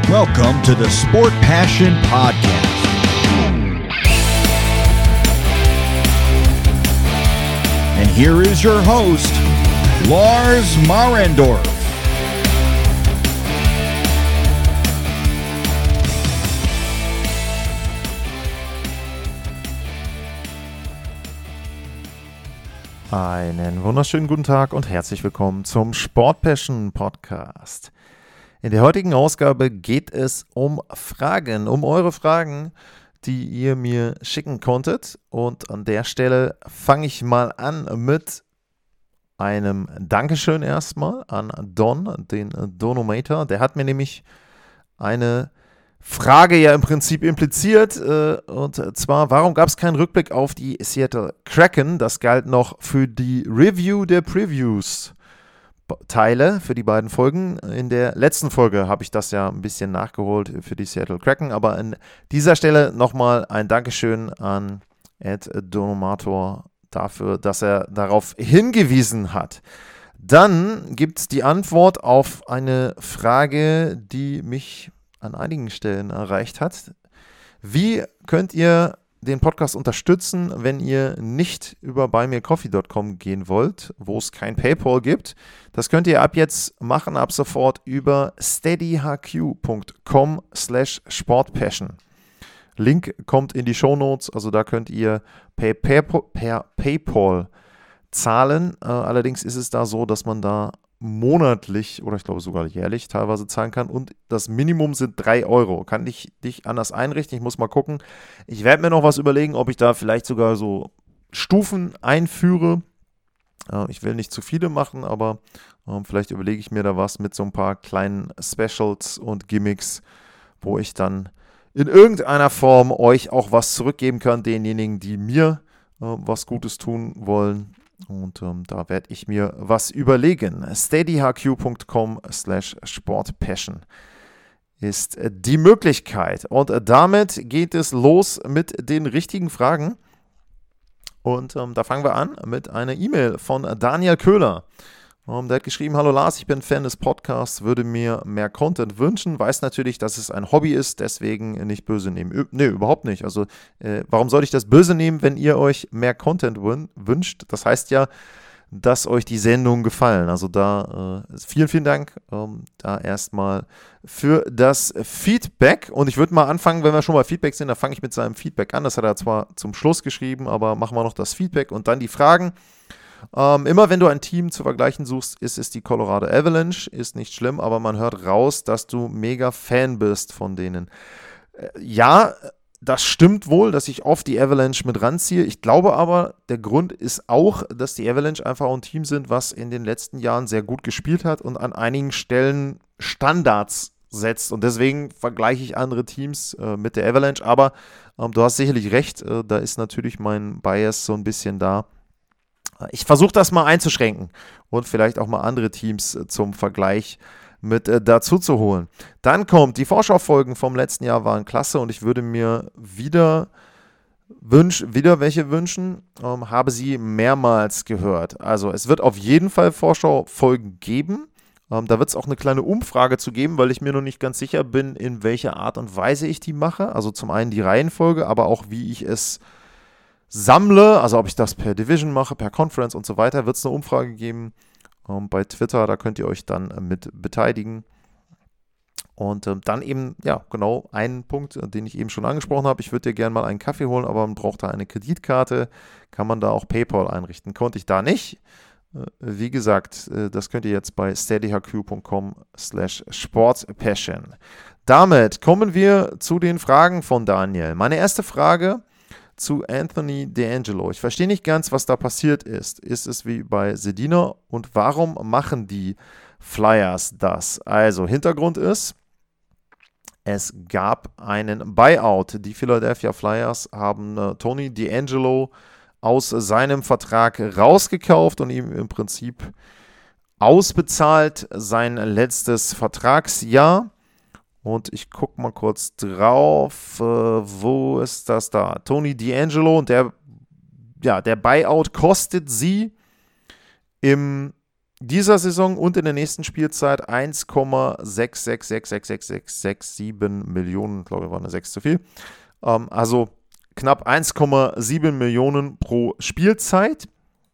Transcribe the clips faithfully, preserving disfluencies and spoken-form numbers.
Welcome to the Sport Passion Podcast. And here is your host, Lars Marendorf. Einen wunderschönen guten Tag und herzlich willkommen zum Sport Passion Podcast. In der heutigen Ausgabe geht es um Fragen, um eure Fragen, die ihr mir schicken konntet. Und an der Stelle fange ich mal an mit einem Dankeschön erstmal an Don, den Donomator. Der hat mir nämlich eine Frage ja im Prinzip impliziert, äh, und zwar, warum gab es keinen Rückblick auf die Seattle Kraken? Das galt noch für die Review der Previews Teile, für die beiden Folgen. In der letzten Folge habe ich das ja ein bisschen nachgeholt für die Seattle Kraken, aber an dieser Stelle nochmal ein Dankeschön an Ed Donomator dafür, dass er darauf hingewiesen hat. Dann gibt es die Antwort auf eine Frage, die mich an einigen Stellen erreicht hat. Wie könnt ihr den Podcast unterstützen, wenn ihr nicht über buy me coffee dot com gehen wollt, wo es kein PayPal gibt? Das könnt ihr ab jetzt machen, ab sofort über steadyhq.com slash sportpassion. Link kommt in die Shownotes, also da könnt ihr per, per, per PayPal zahlen. Äh, allerdings ist es da so, dass man da monatlich oder ich glaube sogar jährlich teilweise zahlen kann und das Minimum sind drei Euro. Kann ich dich anders einrichten? Ich muss mal gucken. Ich werde mir noch was überlegen, ob ich da vielleicht sogar so Stufen einführe. Äh, ich will nicht zu viele machen, aber äh, vielleicht überlege ich mir da was mit so ein paar kleinen Specials und Gimmicks, wo ich dann in irgendeiner Form euch auch was zurückgeben kann, denjenigen, die mir äh, was Gutes tun wollen. Und ähm, da werde ich mir was überlegen. steadyhq.com slash sportpassion ist die Möglichkeit. Und äh, damit geht es los mit den richtigen Fragen. Und ähm, da fangen wir an mit einer E-Mail von Daniel Köhler. Um, der hat geschrieben: Hallo Lars, ich bin Fan des Podcasts, würde mir mehr Content wünschen, weiß natürlich, dass es ein Hobby ist, deswegen nicht böse nehmen. Ö- nee, überhaupt nicht. Also äh, warum sollte ich das böse nehmen, wenn ihr euch mehr Content wün- wünscht? Das heißt ja, dass euch die Sendungen gefallen. Also da äh, vielen, vielen Dank ähm, da erstmal für das Feedback. Und ich würde mal anfangen, wenn wir schon bei Feedback sind, da fange ich mit seinem Feedback an. Das hat er zwar zum Schluss geschrieben, aber machen wir noch das Feedback und dann die Fragen. Ähm, immer wenn du ein Team zu vergleichen suchst, ist es die Colorado Avalanche, ist nicht schlimm, aber man hört raus, dass du mega Fan bist von denen. Äh, ja, das stimmt wohl, dass ich oft die Avalanche mit ranziehe. Ich glaube aber, der Grund ist auch, dass die Avalanche einfach ein Team sind, was in den letzten Jahren sehr gut gespielt hat und an einigen Stellen Standards setzt. Und deswegen vergleiche ich andere Teams äh, mit der Avalanche. Aber ähm, du hast sicherlich recht, äh, da ist natürlich mein Bias so ein bisschen da. Ich versuche das mal einzuschränken und vielleicht auch mal andere Teams äh, zum Vergleich mit äh, dazu zu holen. Dann kommt, die Vorschaufolgen vom letzten Jahr waren klasse und ich würde mir wieder, wünsch, wieder welche wünschen, ähm, habe sie mehrmals gehört. Also es wird auf jeden Fall Vorschaufolgen geben. Ähm, da wird es auch eine kleine Umfrage zu geben, weil ich mir noch nicht ganz sicher bin, in welcher Art und Weise ich die mache. Also zum einen die Reihenfolge, aber auch wie ich es sammle, also ob ich das per Division mache, per Conference und so weiter, wird es eine Umfrage geben ähm, bei Twitter, da könnt ihr euch dann äh, mit beteiligen. Und ähm, dann eben, ja, genau, einen Punkt, äh, den ich eben schon angesprochen habe, ich würde dir gerne mal einen Kaffee holen, aber man braucht da eine Kreditkarte, kann man da auch PayPal einrichten, konnte ich da nicht. Äh, wie gesagt, äh, das könnt ihr jetzt bei steadyhq.com slash sportpassion. Damit kommen wir zu den Fragen von Daniel. Meine erste Frage zu Anthony DeAngelo. Ich verstehe nicht ganz, was da passiert ist. Ist es wie bei Sedina und warum machen die Flyers das? Also Hintergrund ist, es gab einen Buyout. Die Philadelphia Flyers haben äh, Tony DeAngelo aus seinem Vertrag rausgekauft und ihm im Prinzip ausbezahlt sein letztes Vertragsjahr. Und ich gucke mal kurz drauf, äh, wo ist das da? Tony DeAngelo und der, ja, der Buyout kostet sie im dieser Saison und in der nächsten Spielzeit eins Komma sechs sechs sechs sechs sechs sechs sechs sieben Millionen, glaube ich, war eine sechs zu viel. Ähm, also knapp eins Komma sieben Millionen pro Spielzeit.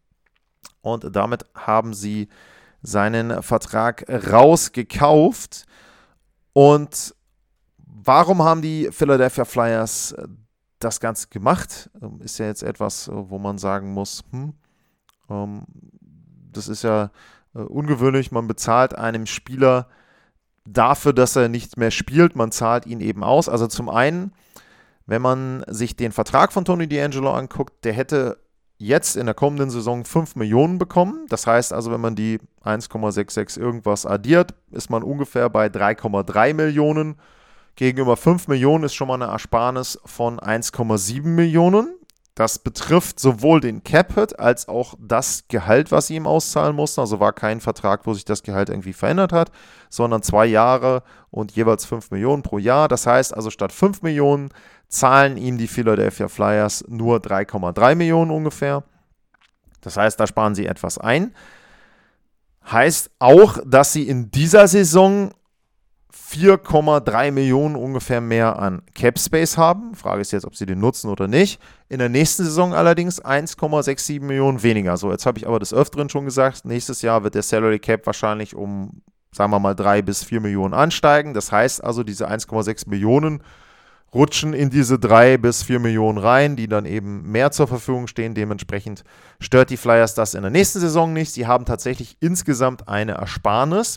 Und damit haben sie seinen Vertrag rausgekauft. Und warum haben die Philadelphia Flyers das Ganze gemacht? Ist ja jetzt etwas, wo man sagen muss, hm, ähm, das ist ja äh, ungewöhnlich. Man bezahlt einem Spieler dafür, dass er nicht mehr spielt. Man zahlt ihn eben aus. Also zum einen, wenn man sich den Vertrag von Tony DeAngelo anguckt, der hätte jetzt in der kommenden Saison fünf Millionen bekommen. Das heißt also, wenn man die eins Komma sechs sechs irgendwas addiert, ist man ungefähr bei drei Komma drei Millionen. Gegenüber fünf Millionen ist schon mal eine Ersparnis von eins Komma sieben Millionen. Das betrifft sowohl den Cap-Hit als auch das Gehalt, was sie ihm auszahlen mussten. Also war kein Vertrag, wo sich das Gehalt irgendwie verändert hat, sondern zwei Jahre und jeweils fünf Millionen pro Jahr. Das heißt also, statt fünf Millionen zahlen ihm die Philadelphia Flyers nur drei Komma drei Millionen ungefähr. Das heißt, da sparen sie etwas ein. Heißt auch, dass sie in dieser Saison vier Komma drei Millionen ungefähr mehr an Cap Space haben. Frage ist jetzt, ob sie den nutzen oder nicht. In der nächsten Saison allerdings eins Komma sechs sieben Millionen weniger. So, jetzt habe ich aber des Öfteren schon gesagt, nächstes Jahr wird der Salary Cap wahrscheinlich um, sagen wir mal, drei bis vier Millionen ansteigen. Das heißt also, diese eins Komma sechs Millionen rutschen in diese drei bis vier Millionen rein, die dann eben mehr zur Verfügung stehen. Dementsprechend stört die Flyers das in der nächsten Saison nicht. Sie haben tatsächlich insgesamt eine Ersparnis.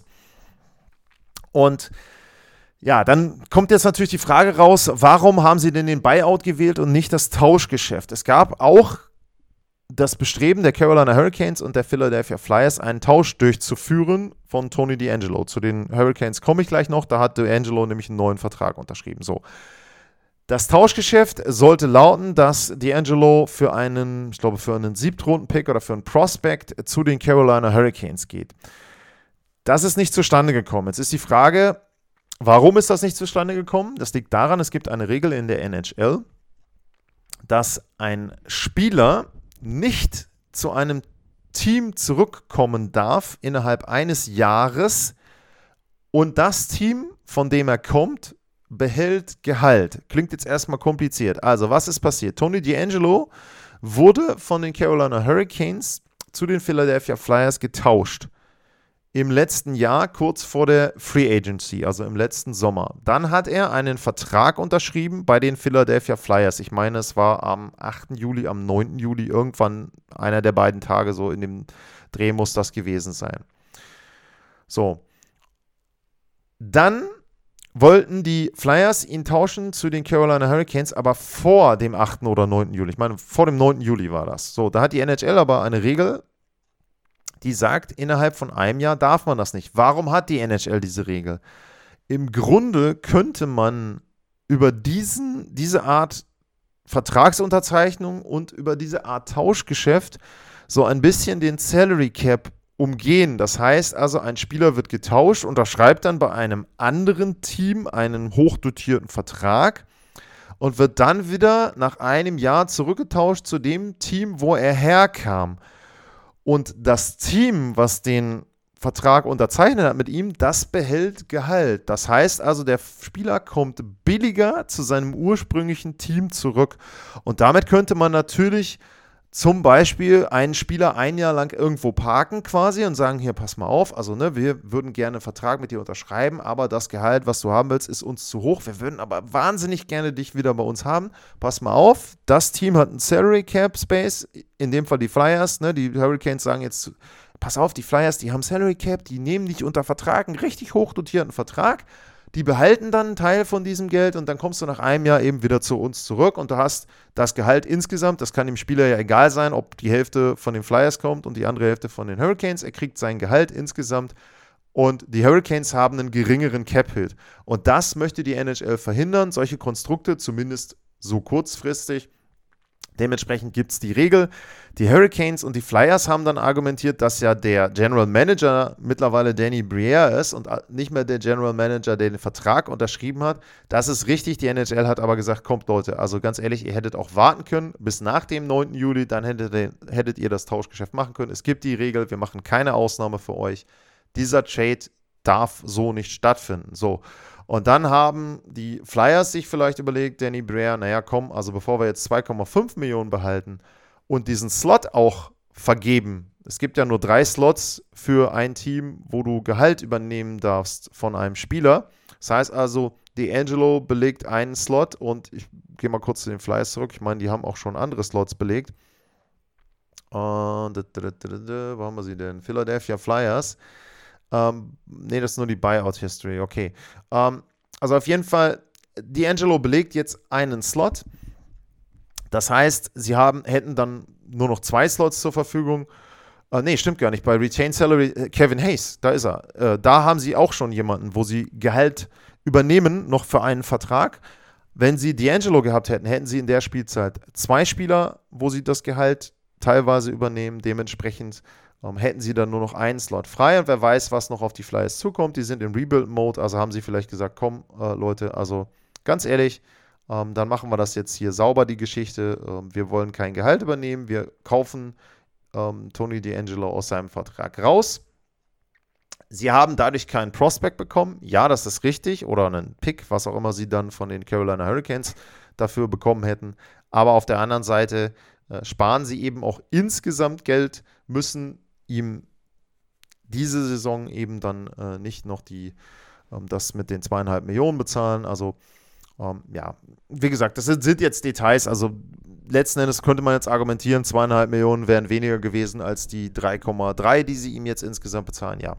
Und ja, dann kommt jetzt natürlich die Frage raus, warum haben sie denn den Buyout gewählt und nicht das Tauschgeschäft? Es gab auch das Bestreben der Carolina Hurricanes und der Philadelphia Flyers, einen Tausch durchzuführen von Tony DeAngelo. Zu den Hurricanes komme ich gleich noch, da hat DeAngelo nämlich einen neuen Vertrag unterschrieben. So. Das Tauschgeschäft sollte lauten, dass DeAngelo für einen, ich glaube, für einen Siebtrunden-Pick oder für einen Prospect zu den Carolina Hurricanes geht. Das ist nicht zustande gekommen. Jetzt ist die Frage, warum ist das nicht zustande gekommen? Das liegt daran, es gibt eine Regel in der N H L, dass ein Spieler nicht zu einem Team zurückkommen darf innerhalb eines Jahres und das Team, von dem er kommt, behält Gehalt. Klingt jetzt erstmal kompliziert. Also, was ist passiert? Tony DeAngelo wurde von den Carolina Hurricanes zu den Philadelphia Flyers getauscht. Im letzten Jahr, kurz vor der Free Agency, also im letzten Sommer. Dann hat er einen Vertrag unterschrieben bei den Philadelphia Flyers. Ich meine, es war am achten Juli, am neunten Juli, irgendwann einer der beiden Tage, so in dem Dreh muss das gewesen sein. So. Dann wollten die Flyers ihn tauschen zu den Carolina Hurricanes, aber vor dem achten oder neunten Juli. Ich meine, vor dem neunten Juli war das. So, da hat die N H L aber eine Regel, die sagt, innerhalb von einem Jahr darf man das nicht. Warum hat die N H L diese Regel? Im Grunde könnte man über diesen, diese Art Vertragsunterzeichnung und über diese Art Tauschgeschäft so ein bisschen den Salary Cap umgehen. Das heißt also, ein Spieler wird getauscht, unterschreibt dann bei einem anderen Team einen hochdotierten Vertrag und wird dann wieder nach einem Jahr zurückgetauscht zu dem Team, wo er herkam. Und das Team, was den Vertrag unterzeichnet hat mit ihm, das behält Gehalt. Das heißt also, der Spieler kommt billiger zu seinem ursprünglichen Team zurück. Und damit könnte man natürlich zum Beispiel einen Spieler ein Jahr lang irgendwo parken quasi und sagen, hier, pass mal auf, also ne, wir würden gerne einen Vertrag mit dir unterschreiben, aber das Gehalt, was du haben willst, ist uns zu hoch. Wir würden aber wahnsinnig gerne dich wieder bei uns haben. Pass mal auf, das Team hat einen Salary Cap Space, in dem Fall die Flyers, ne, die Hurricanes sagen jetzt, pass auf, die Flyers, die haben Salary Cap, die nehmen dich unter Vertrag, einen richtig hochdotierten Vertrag. Die behalten dann einen Teil von diesem Geld und dann kommst du nach einem Jahr eben wieder zu uns zurück und du hast das Gehalt insgesamt, das kann dem Spieler ja egal sein, ob die Hälfte von den Flyers kommt und die andere Hälfte von den Hurricanes, er kriegt sein Gehalt insgesamt und die Hurricanes haben einen geringeren Cap-Hit. Und das möchte die N H L verhindern, solche Konstrukte, zumindest so kurzfristig, Dementsprechend gibt es die Regel. Die Hurricanes und die Flyers haben dann argumentiert, dass ja der General Manager mittlerweile Danny Briere ist und nicht mehr der General Manager, der den Vertrag unterschrieben hat. Das ist richtig. Die N H L hat aber gesagt, kommt Leute, also ganz ehrlich, ihr hättet auch warten können bis nach dem neunten Juli, dann hättet, hättet ihr das Tauschgeschäft machen können. Es gibt die Regel, wir machen keine Ausnahme für euch. Dieser Trade darf so nicht stattfinden. So. Und dann haben die Flyers sich vielleicht überlegt, Danny Briere, naja komm, also bevor wir jetzt zwei Komma fünf Millionen behalten und diesen Slot auch vergeben, es gibt ja nur drei Slots für ein Team, wo du Gehalt übernehmen darfst von einem Spieler. Das heißt also, DeAngelo belegt einen Slot und ich gehe mal kurz zu den Flyers zurück, ich meine, die haben auch schon andere Slots belegt. Und, wo haben wir sie denn? Philadelphia Flyers. Ähm, ne, das ist nur die Buyout-History, okay. Ähm, also auf jeden Fall, DeAngelo belegt jetzt einen Slot. Das heißt, sie haben, hätten dann nur noch zwei Slots zur Verfügung. Äh, ne, stimmt gar nicht. Bei Retained Salary, äh, Kevin Hayes, da ist er. Äh, da haben sie auch schon jemanden, wo sie Gehalt übernehmen, noch für einen Vertrag. Wenn sie DeAngelo gehabt hätten, hätten sie in der Spielzeit zwei Spieler, wo sie das Gehalt teilweise übernehmen. Dementsprechend Um, hätten sie dann nur noch einen Slot frei und wer weiß, was noch auf die Flyers zukommt. Die sind in Rebuild-Mode, also haben sie vielleicht gesagt, komm, äh, Leute, also ganz ehrlich, ähm, dann machen wir das jetzt hier sauber, die Geschichte. Ähm, wir wollen kein Gehalt übernehmen, wir kaufen ähm, Tony DeAngelo aus seinem Vertrag raus. Sie haben dadurch keinen Prospect bekommen, ja, das ist richtig, oder einen Pick, was auch immer sie dann von den Carolina Hurricanes dafür bekommen hätten. Aber auf der anderen Seite äh, sparen sie eben auch insgesamt Geld, müssen ihm diese Saison eben dann äh, nicht noch die, ähm, das mit den zweieinhalb Millionen bezahlen. Also, ähm, ja, wie gesagt, das sind, sind jetzt Details. Also, letzten Endes könnte man jetzt argumentieren, zweieinhalb Millionen wären weniger gewesen als die drei Komma drei, die sie ihm jetzt insgesamt bezahlen. Ja.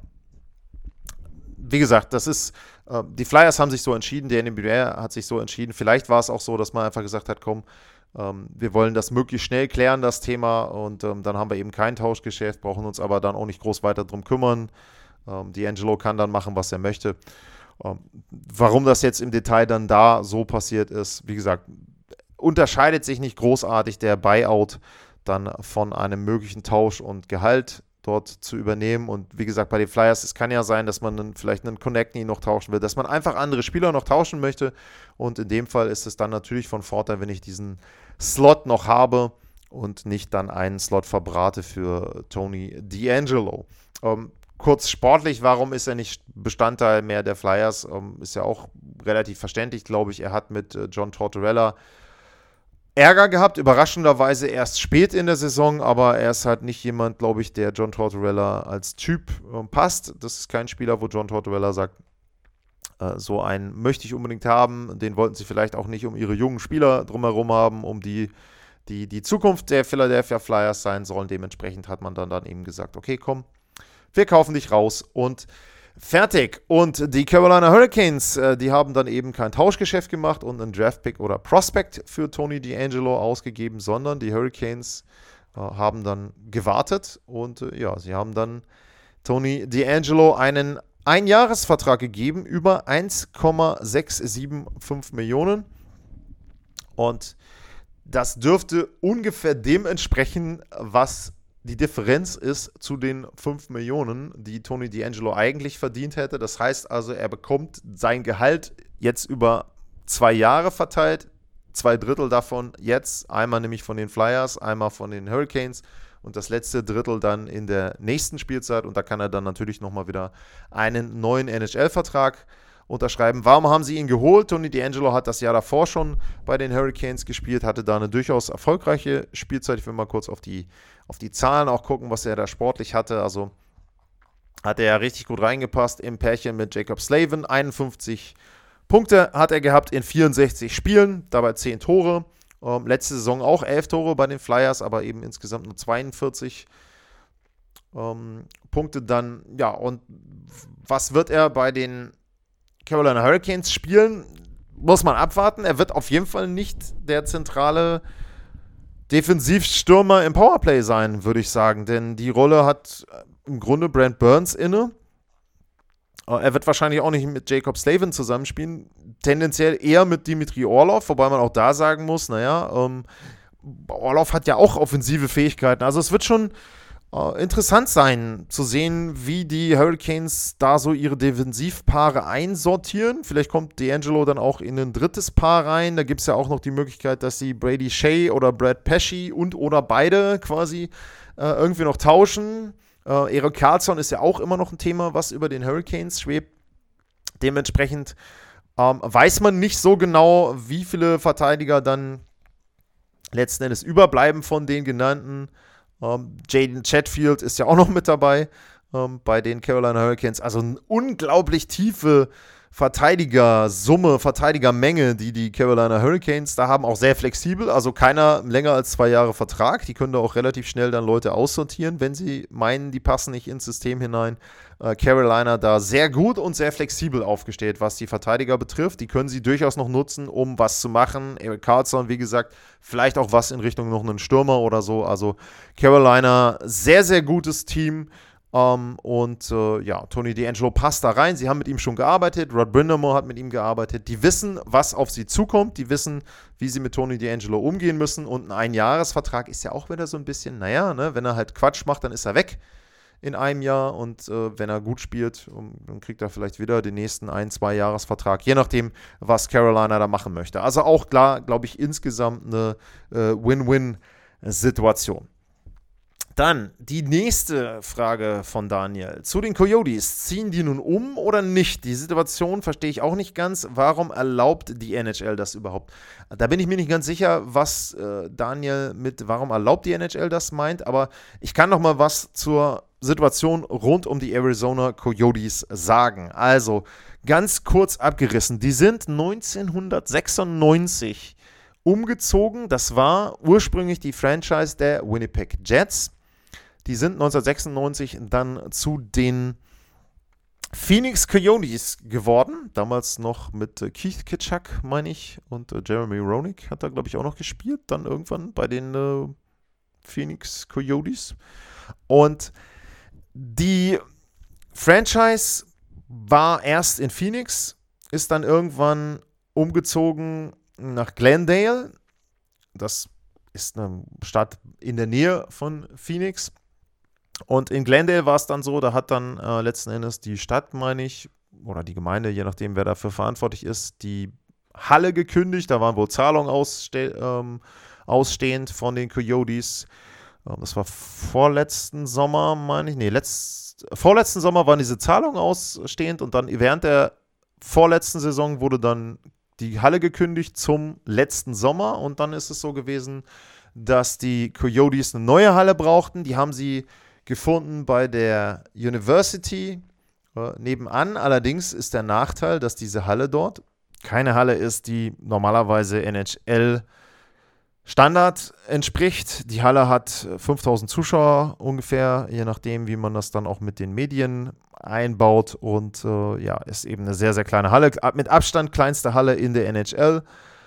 Wie gesagt, das ist, äh, die Flyers haben sich so entschieden, der N B A hat sich so entschieden. Vielleicht war es auch so, dass man einfach gesagt hat, komm, Ähm, wir wollen das möglichst schnell klären, das Thema, und ähm, dann haben wir eben kein Tauschgeschäft, brauchen uns aber dann auch nicht groß weiter drum kümmern. Ähm, DeAngelo kann dann machen, was er möchte. Ähm, warum das jetzt im Detail dann da so passiert ist, wie gesagt, unterscheidet sich nicht großartig der Buyout dann von einem möglichen Tausch und Gehalt dort zu übernehmen. Und wie gesagt, bei den Flyers, es kann ja sein, dass man dann vielleicht einen Konechny noch tauschen will, dass man einfach andere Spieler noch tauschen möchte. Und in dem Fall ist es dann natürlich von Vorteil, wenn ich diesen Slot noch habe und nicht dann einen Slot verbrate für Tony DeAngelo. Ähm, kurz sportlich, warum ist er nicht Bestandteil mehr der Flyers? Ähm, ist ja auch relativ verständlich, glaube ich. Er hat mit äh, John Tortorella Ärger gehabt, überraschenderweise erst spät in der Saison, aber er ist halt nicht jemand, glaube ich, der John Tortorella als Typ äh, passt. Das ist kein Spieler, wo John Tortorella sagt, äh, so einen möchte ich unbedingt haben. Den wollten sie vielleicht auch nicht um ihre jungen Spieler drumherum haben, um die, die die Zukunft der Philadelphia Flyers sein sollen. Dementsprechend hat man dann, dann eben gesagt, okay, komm, wir kaufen dich raus und fertig. Und die Carolina Hurricanes, äh, die haben dann eben kein Tauschgeschäft gemacht und einen Draftpick oder Prospect für Tony DeAngelo ausgegeben, sondern die Hurricanes äh, haben dann gewartet und äh, ja, sie haben dann Tony DeAngelo einen Einjahresvertrag gegeben über eins Komma sechs sieben fünf Millionen. Und das dürfte ungefähr dem entsprechen, was die Differenz ist zu den fünf Millionen, die Tony DeAngelo eigentlich verdient hätte. Das heißt also, er bekommt sein Gehalt jetzt über zwei Jahre verteilt, zwei Drittel davon jetzt, einmal nämlich von den Flyers, einmal von den Hurricanes und das letzte Drittel dann in der nächsten Spielzeit, und da kann er dann natürlich nochmal wieder einen neuen N H L-Vertrag unterschreiben. Warum haben sie ihn geholt? Tony DeAngelo hat das Jahr davor schon bei den Hurricanes gespielt, hatte da eine durchaus erfolgreiche Spielzeit. Ich will mal kurz auf die, auf die Zahlen auch gucken, was er da sportlich hatte. Also hat er ja richtig gut reingepasst im Pärchen mit Jacob Slavin. einundfünfzig Punkte hat er gehabt in vierundsechzig Spielen, dabei zehn Tore. Ähm, letzte Saison auch elf Tore bei den Flyers, aber eben insgesamt nur zweiundvierzig ähm, Punkte dann. Ja, und was wird er bei den Carolina Hurricanes spielen, muss man abwarten. Er wird auf jeden Fall nicht der zentrale Defensivstürmer im Powerplay sein, würde ich sagen. Denn die Rolle hat im Grunde Brent Burns inne. Er wird wahrscheinlich auch nicht mit Jacob Slavin zusammenspielen. Tendenziell eher mit Dimitri Orlov, wobei man auch da sagen muss, naja, ähm, Orlov hat ja auch offensive Fähigkeiten. Also es wird schon äh, interessant sein zu sehen, wie die Hurricanes da so ihre Defensivpaare einsortieren. Vielleicht kommt D'Angelo dann auch in ein drittes Paar rein. Da gibt es ja auch noch die Möglichkeit, dass sie Brady Shea oder Brad Pesci und oder beide quasi äh, irgendwie noch tauschen. Äh, Erik Karlsson ist ja auch immer noch ein Thema, was über den Hurricanes schwebt. Dementsprechend ähm, weiß man nicht so genau, wie viele Verteidiger dann letzten Endes überbleiben von den genannten. Ähm, Jaden Chatfield ist ja auch noch mit dabei ähm, bei den Carolina Hurricanes. Also eine unglaublich tiefe Verteidigersumme, Verteidigermenge, die die Carolina Hurricanes da haben. Auch sehr flexibel, also keiner länger als zwei Jahre Vertrag. Die können da auch relativ schnell dann Leute aussortieren, wenn sie meinen, die passen nicht ins System hinein. Äh, Carolina da sehr gut und sehr flexibel aufgestellt, was die Verteidiger betrifft. Die können sie durchaus noch nutzen, um was zu machen. Erik Karlsson, wie gesagt, vielleicht auch was in Richtung noch einen Stürmer oder so. Also Carolina, sehr, sehr gutes Team. Um, und äh, ja, Tony D'Angelo passt da rein. Sie haben mit ihm schon gearbeitet. Rod Brind'Amour hat mit ihm gearbeitet. Die wissen, was auf sie zukommt. Die wissen, wie sie mit Tony D'Angelo umgehen müssen. Und ein Einjahresvertrag ist ja auch wieder so ein bisschen, naja, ne, wenn er halt Quatsch macht, dann ist er weg in einem Jahr. Und äh, wenn er gut spielt, dann kriegt er vielleicht wieder den nächsten ein-, zwei Jahresvertrag. Je nachdem, was Carolina da machen möchte. Also auch klar, glaube ich, insgesamt eine äh, Win-Win-Situation. Dann die nächste Frage von Daniel. Zu den Coyotes. Ziehen die nun um oder nicht? Die Situation verstehe ich auch nicht ganz. Warum erlaubt die N H L das überhaupt? Da bin ich mir nicht ganz sicher, was äh, Daniel mit warum erlaubt die N H L das meint. Aber ich kann noch mal was zur Situation rund um die Arizona Coyotes sagen. Also, ganz kurz abgerissen. Die sind neunzehnhundertsechsundneunzig umgezogen. Das war ursprünglich die Franchise der Winnipeg Jets. Die sind neunzehnhundertsechsundneunzig dann zu den Phoenix Coyotes geworden. Damals noch mit äh, Keith Kitchuk, meine ich, und äh, Jeremy Roenick hat da, glaube ich, auch noch gespielt. Dann irgendwann bei den äh, Phoenix Coyotes. Und die Franchise war erst in Phoenix, ist dann irgendwann umgezogen nach Glendale. Das ist eine Stadt in der Nähe von Phoenix. Und in Glendale war es dann so, da hat dann äh, letzten Endes die Stadt, meine ich, oder die Gemeinde, je nachdem, wer dafür verantwortlich ist, die Halle gekündigt. Da waren wohl Zahlungen ausste- ähm, ausstehend von den Coyotes. Ähm, das war vorletzten Sommer, meine ich. Nee, letzt, vorletzten Sommer waren diese Zahlungen ausstehend und dann während der vorletzten Saison wurde dann die Halle gekündigt zum letzten Sommer. Und dann ist es so gewesen, dass die Coyotes eine neue Halle brauchten. Die haben sie gefunden bei der University äh, nebenan. Allerdings ist der Nachteil, dass diese Halle dort keine Halle ist, die normalerweise N H L-Standard entspricht. Die Halle hat fünftausend Zuschauer ungefähr, je nachdem, wie man das dann auch mit den Medien einbaut. Und äh, ja, ist eben eine sehr, sehr kleine Halle. Mit Abstand kleinste Halle in der N H L.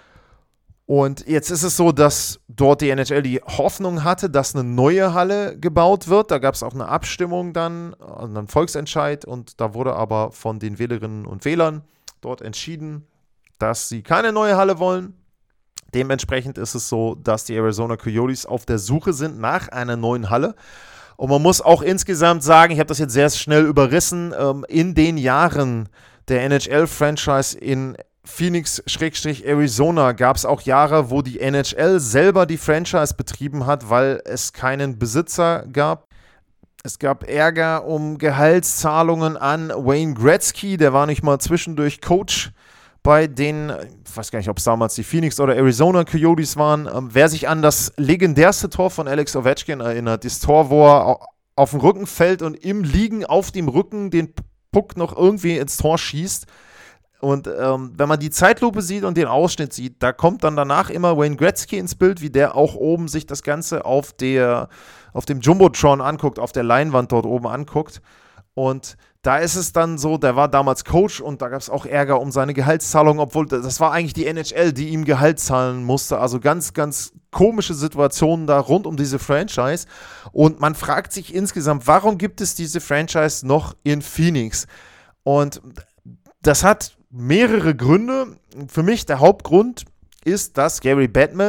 Und jetzt ist es so, dass dort die N H L die Hoffnung hatte, dass eine neue Halle gebaut wird. Da gab es auch eine Abstimmung dann, einen Volksentscheid. Und da wurde aber von den Wählerinnen und Wählern dort entschieden, dass sie keine neue Halle wollen. Dementsprechend ist es so, dass die Arizona Coyotes auf der Suche sind nach einer neuen Halle. Und man muss auch insgesamt sagen, ich habe das jetzt sehr schnell überrissen, in den Jahren der N H L-Franchise in Phoenix-Arizona gab es auch Jahre, wo die N H L selber die Franchise betrieben hat, weil es keinen Besitzer gab. Es gab Ärger um Gehaltszahlungen an Wayne Gretzky, der war nicht mal zwischendurch Coach bei den, ich weiß gar nicht, ob es damals die Phoenix oder Arizona Coyotes waren. Ähm, wer sich an das legendärste Tor von Alex Ovechkin erinnert, das Tor, wo er auf den Rücken fällt und im Liegen auf dem Rücken den Puck noch irgendwie ins Tor schießt. Und ähm, wenn man die Zeitlupe sieht und den Ausschnitt sieht, da kommt dann danach immer Wayne Gretzky ins Bild, wie der auch oben sich das Ganze auf, der, auf dem Jumbotron anguckt, auf der Leinwand dort oben anguckt. Und da ist es dann so, der war damals Coach und da gab es auch Ärger um seine Gehaltszahlung, obwohl das war eigentlich die N H L, die ihm Gehalt zahlen musste. Also ganz, ganz komische Situationen da rund um diese Franchise. Und man fragt sich insgesamt, warum gibt es diese Franchise noch in Phoenix? Und das hat mehrere Gründe. Für mich der Hauptgrund ist, dass Gary Bettman,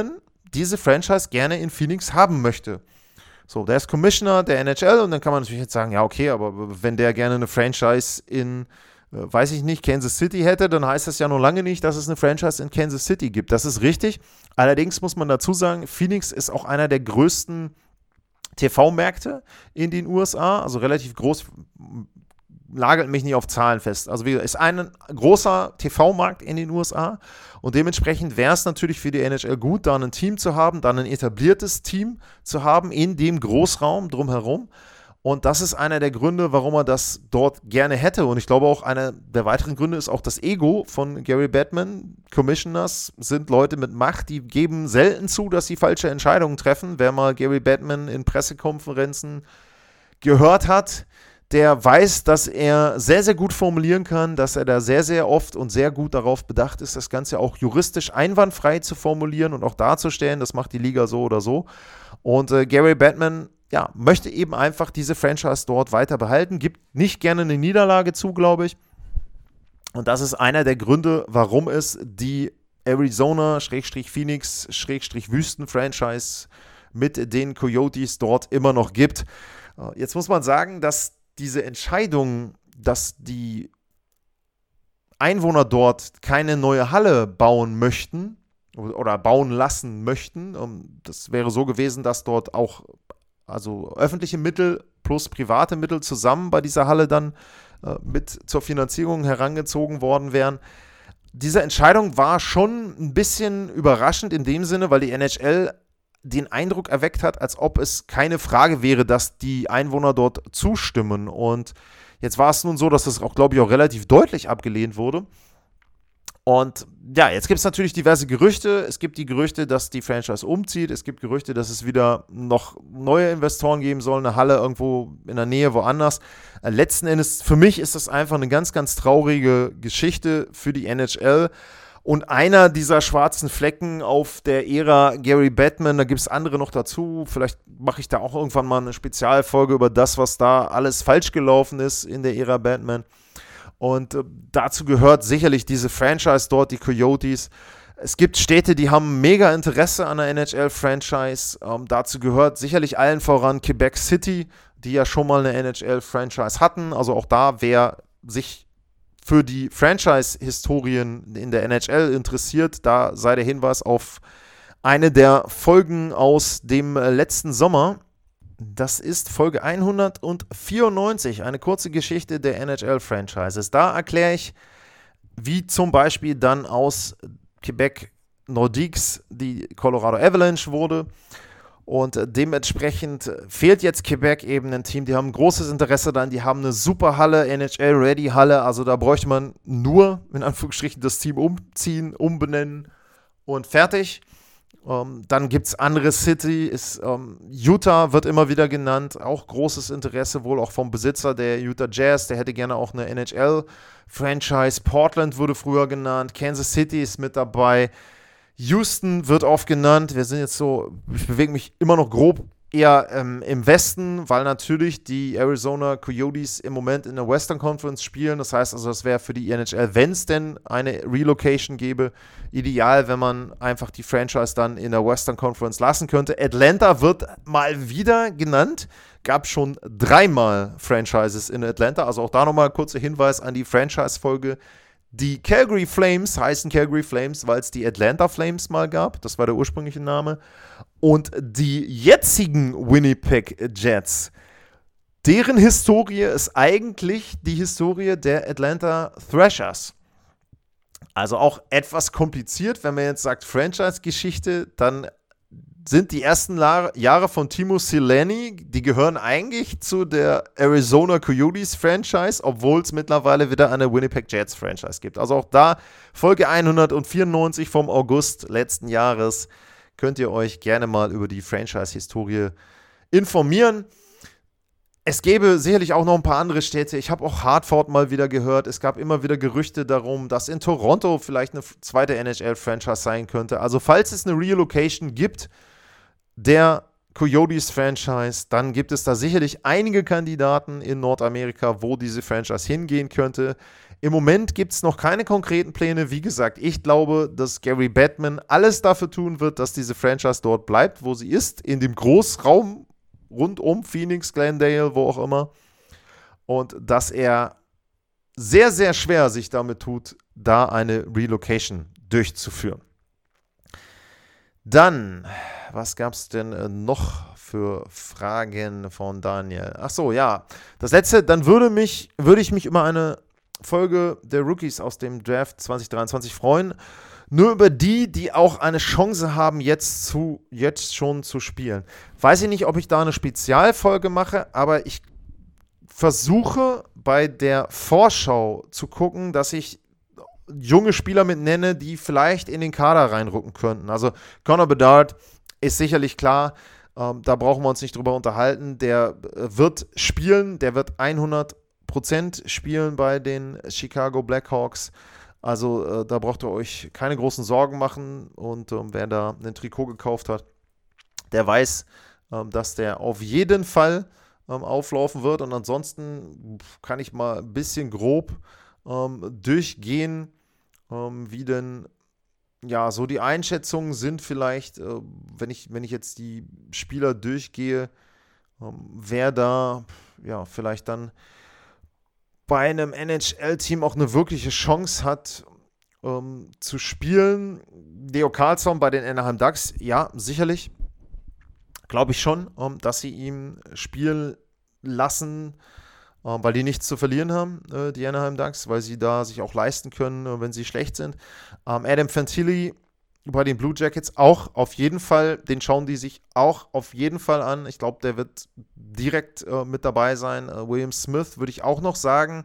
diese Franchise gerne in Phoenix haben möchte. So, der ist Commissioner der N H L und dann kann man natürlich jetzt sagen, ja okay, aber wenn der gerne eine Franchise in, äh, weiß ich nicht, Kansas City hätte, dann heißt das ja noch lange nicht, dass es eine Franchise in Kansas City gibt. Das ist richtig. Allerdings muss man dazu sagen, Phoenix ist auch einer der größten T V-Märkte in den U S A, also relativ groß, lagert mich nicht auf Zahlen fest. Also wie gesagt, ist ein großer T V-Markt in den U S A und dementsprechend wäre es natürlich für die N H L gut, da ein Team zu haben, da ein etabliertes Team zu haben in dem Großraum drumherum. Und das ist einer der Gründe, warum er das dort gerne hätte. Und ich glaube auch, einer der weiteren Gründe ist auch das Ego von Gary Bettman. Commissioners sind Leute mit Macht, die geben selten zu, dass sie falsche Entscheidungen treffen. Wer mal Gary Bettman in Pressekonferenzen gehört hat, der weiß, dass er sehr, sehr gut formulieren kann, dass er da sehr, sehr oft und sehr gut darauf bedacht ist, das Ganze auch juristisch einwandfrei zu formulieren und auch darzustellen. Das macht die Liga so oder so. Und äh, Gary Bettman, ja, möchte eben einfach diese Franchise dort weiter behalten, gibt nicht gerne eine Niederlage zu, glaube ich. Und das ist einer der Gründe, warum es die Arizona-Phoenix-Wüsten-Franchise mit den Coyotes dort immer noch gibt. Äh, jetzt muss man sagen, dass diese Entscheidung, dass die Einwohner dort keine neue Halle bauen möchten oder bauen lassen möchten, das wäre so gewesen, dass dort auch also öffentliche Mittel plus private Mittel zusammen bei dieser Halle dann äh, mit zur Finanzierung herangezogen worden wären. Diese Entscheidung war schon ein bisschen überraschend in dem Sinne, weil die N H L den Eindruck erweckt hat, als ob es keine Frage wäre, dass die Einwohner dort zustimmen. Und jetzt war es nun so, dass das auch, glaube ich, auch relativ deutlich abgelehnt wurde. Und ja, jetzt gibt es natürlich diverse Gerüchte. Es gibt die Gerüchte, dass die Franchise umzieht. Es gibt Gerüchte, dass es wieder noch neue Investoren geben soll, eine Halle irgendwo in der Nähe, woanders. Äh, letzten Endes, für mich ist das einfach eine ganz, ganz traurige Geschichte für die N H L. Und einer dieser schwarzen Flecken auf der Ära Gary Bettman, da gibt es andere noch dazu. Vielleicht mache ich da auch irgendwann mal eine Spezialfolge über das, was da alles falsch gelaufen ist in der Ära Bettman. Und äh, dazu gehört sicherlich diese Franchise dort, die Coyotes. Es gibt Städte, die haben mega Interesse an der N H L-Franchise. Ähm, dazu gehört sicherlich allen voran Quebec City, die ja schon mal eine N H L-Franchise hatten. Also auch da, wer sich für die Franchise-Historien in der N H L interessiert, da sei der Hinweis auf eine der Folgen aus dem letzten Sommer. Das ist Folge hundertvierundneunzig, eine kurze Geschichte der N H L-Franchises. Da erkläre ich, wie zum Beispiel dann aus Quebec Nordiques die Colorado Avalanche wurde. Und dementsprechend fehlt jetzt Quebec eben ein Team, die haben ein großes Interesse daran, die haben eine super Halle, N H L-Ready-Halle, also da bräuchte man nur, in Anführungsstrichen, das Team umziehen, umbenennen und fertig. Um, dann gibt es andere City, ist, um, Utah wird immer wieder genannt, auch großes Interesse wohl auch vom Besitzer der Utah Jazz, der hätte gerne auch eine N H L-Franchise. Portland wurde früher genannt, Kansas City ist mit dabei, Houston wird oft genannt. Wir sind jetzt so, ich bewege mich immer noch grob eher ähm, im Westen, weil natürlich die Arizona Coyotes im Moment in der Western Conference spielen. Das heißt also, das wäre für die N H L, wenn es denn eine Relocation gäbe, ideal, wenn man einfach die Franchise dann in der Western Conference lassen könnte. Atlanta wird mal wieder genannt. Gab schon dreimal Franchises in Atlanta. Also auch da nochmal ein kurzer Hinweis an die Franchise-Folge. Die Calgary Flames heißen Calgary Flames, weil es die Atlanta Flames mal gab. Das war der ursprüngliche Name. Und die jetzigen Winnipeg Jets, deren Historie ist eigentlich die Historie der Atlanta Thrashers. Also auch etwas kompliziert, wenn man jetzt sagt Franchise-Geschichte, dann sind die ersten Jahre von Timo Selanne, die gehören eigentlich zu der Arizona Coyotes Franchise, obwohl es mittlerweile wieder eine Winnipeg Jets Franchise gibt. Also auch da Folge hundertvierundneunzig vom August letzten Jahres könnt ihr euch gerne mal über die Franchise-Historie informieren. Es gäbe sicherlich auch noch ein paar andere Städte. Ich habe auch Hartford mal wieder gehört. Es gab immer wieder Gerüchte darum, dass in Toronto vielleicht eine zweite N H L-Franchise sein könnte. Also falls es eine Relocation gibt, der Coyotes-Franchise, dann gibt es da sicherlich einige Kandidaten in Nordamerika, wo diese Franchise hingehen könnte. Im Moment gibt es noch keine konkreten Pläne. Wie gesagt, ich glaube, dass Gary Bettman alles dafür tun wird, dass diese Franchise dort bleibt, wo sie ist, in dem Großraum rund um Phoenix, Glendale, wo auch immer. Und dass er sehr, sehr schwer sich damit tut, da eine Relocation durchzuführen. Dann, was gab es denn noch für Fragen von Daniel? Ach so, ja. Das letzte, dann würde, mich, würde ich mich über eine Folge der Rookies aus dem Draft zwanzig dreiundzwanzig freuen. Nur über die, die auch eine Chance haben, jetzt, zu, jetzt schon zu spielen. Weiß ich nicht, ob ich da eine Spezialfolge mache, aber ich versuche bei der Vorschau zu gucken, dass ich junge Spieler mit nenne, die vielleicht in den Kader reinrücken könnten. Also Connor Bedard ist sicherlich klar, ähm, da brauchen wir uns nicht drüber unterhalten. Der äh, wird spielen, der wird hundert Prozent spielen bei den Chicago Blackhawks. Also äh, da braucht ihr euch keine großen Sorgen machen. Und ähm, wer da ein Trikot gekauft hat, der weiß, ähm, dass der auf jeden Fall ähm, auflaufen wird. Und ansonsten kann ich mal ein bisschen grob ähm, durchgehen, ähm, wie denn ja so die Einschätzungen sind vielleicht, äh, wenn ich, wenn ich jetzt die Spieler durchgehe, ähm, wer da ja vielleicht dann bei einem N H L-Team auch eine wirkliche Chance hat, ähm, zu spielen. Leo Carlsson bei den Anaheim Ducks, ja, sicherlich. Glaube ich schon, ähm, dass sie ihn spielen lassen, ähm, weil die nichts zu verlieren haben, äh, die Anaheim Ducks, weil sie da sich auch leisten können, äh, wenn sie schlecht sind. Ähm, Adam Fantilli bei den Blue Jackets auch auf jeden Fall, den schauen die sich auch auf jeden Fall an. Ich glaube, der wird direkt äh, mit dabei sein. Äh, William Smith würde ich auch noch sagen.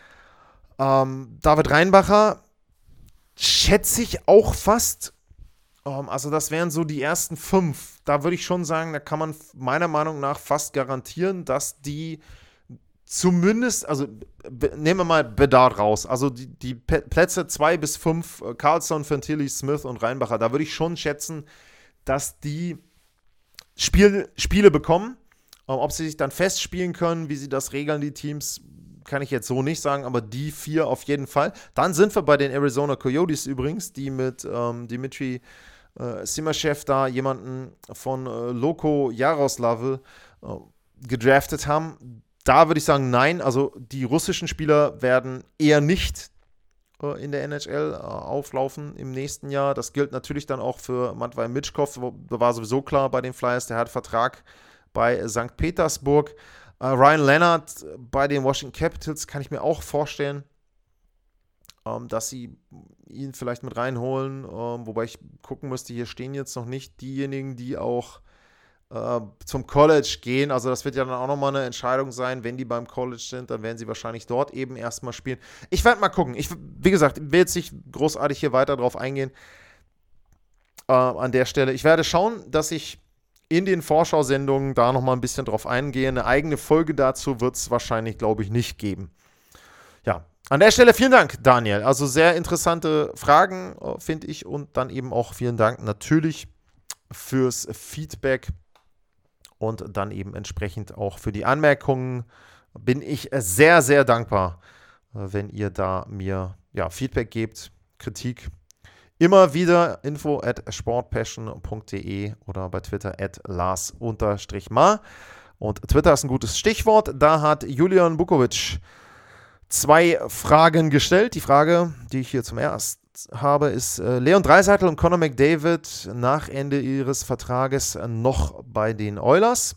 Ähm, David Reinbacher schätze ich auch fast. Ähm, also das wären so die ersten fünf. Da würde ich schon sagen, da kann man meiner Meinung nach fast garantieren, dass die zumindest, also be- nehmen wir mal Bedard raus, also die, die P- Plätze zwei bis fünf, äh, Carlsson, Fantilli, Smith und Reinbacher, da würde ich schon schätzen, dass die Spiel, Spiele bekommen. Ähm, ob sie sich dann festspielen können, wie sie das regeln, die Teams, kann ich jetzt so nicht sagen, aber die vier auf jeden Fall. Dann sind wir bei den Arizona Coyotes übrigens, die mit ähm, Dimitri äh, Simashev da jemanden von äh, Loko Jaroslawl äh, gedraftet haben. Da würde ich sagen, nein, also die russischen Spieler werden eher nicht äh, in der N H L äh, auflaufen im nächsten Jahr. Das gilt natürlich dann auch für Matvei Mitschkov, da war sowieso klar bei den Flyers, der hat Vertrag bei Sankt Petersburg. Äh, Ryan Leonard bei den Washington Capitals kann ich mir auch vorstellen, ähm, dass sie ihn vielleicht mit reinholen, ähm, wobei ich gucken müsste, hier stehen jetzt noch nicht diejenigen, die auch zum College gehen, also das wird ja dann auch nochmal eine Entscheidung sein, wenn die beim College sind, dann werden sie wahrscheinlich dort eben erstmal spielen. Ich werde mal gucken, ich, wie gesagt, will jetzt nicht großartig hier weiter drauf eingehen, äh, an der Stelle. Ich werde schauen, dass ich in den Vorschau-Sendungen da nochmal ein bisschen drauf eingehe. Eine eigene Folge dazu wird es wahrscheinlich, glaube ich, nicht geben. Ja, an der Stelle vielen Dank, Daniel, also sehr interessante Fragen, äh, finde ich, und dann eben auch vielen Dank natürlich fürs Feedback. Und dann eben entsprechend auch für die Anmerkungen bin ich sehr, sehr dankbar, wenn ihr da mir ja, Feedback gebt, Kritik. Immer wieder info at sportpassion punkt de oder bei Twitter at lars-mar. Und Twitter ist ein gutes Stichwort. Da hat Julian Bukovic zwei Fragen gestellt. Die Frage, die ich hier zum ersten habe, ist äh, Leon Draisaitl und Connor McDavid nach Ende ihres Vertrages noch bei den Oilers.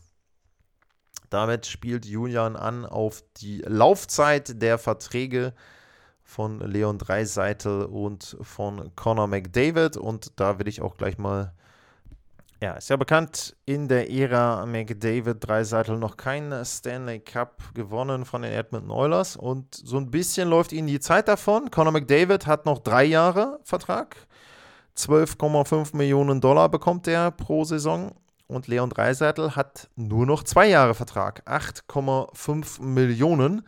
Damit spielt Julian an auf die Laufzeit der Verträge von Leon Draisaitl und von Connor McDavid. Und da will ich auch gleich mal, ja, ist ja bekannt, in der Ära McDavid, Draisaitl noch keinen Stanley Cup gewonnen von den Edmonton Oilers. Und so ein bisschen läuft ihnen die Zeit davon. Connor McDavid hat noch drei Jahre Vertrag. zwölf Komma fünf Millionen Dollar bekommt er pro Saison. Und Leon Draisaitl hat nur noch zwei Jahre Vertrag. acht Komma fünf Millionen.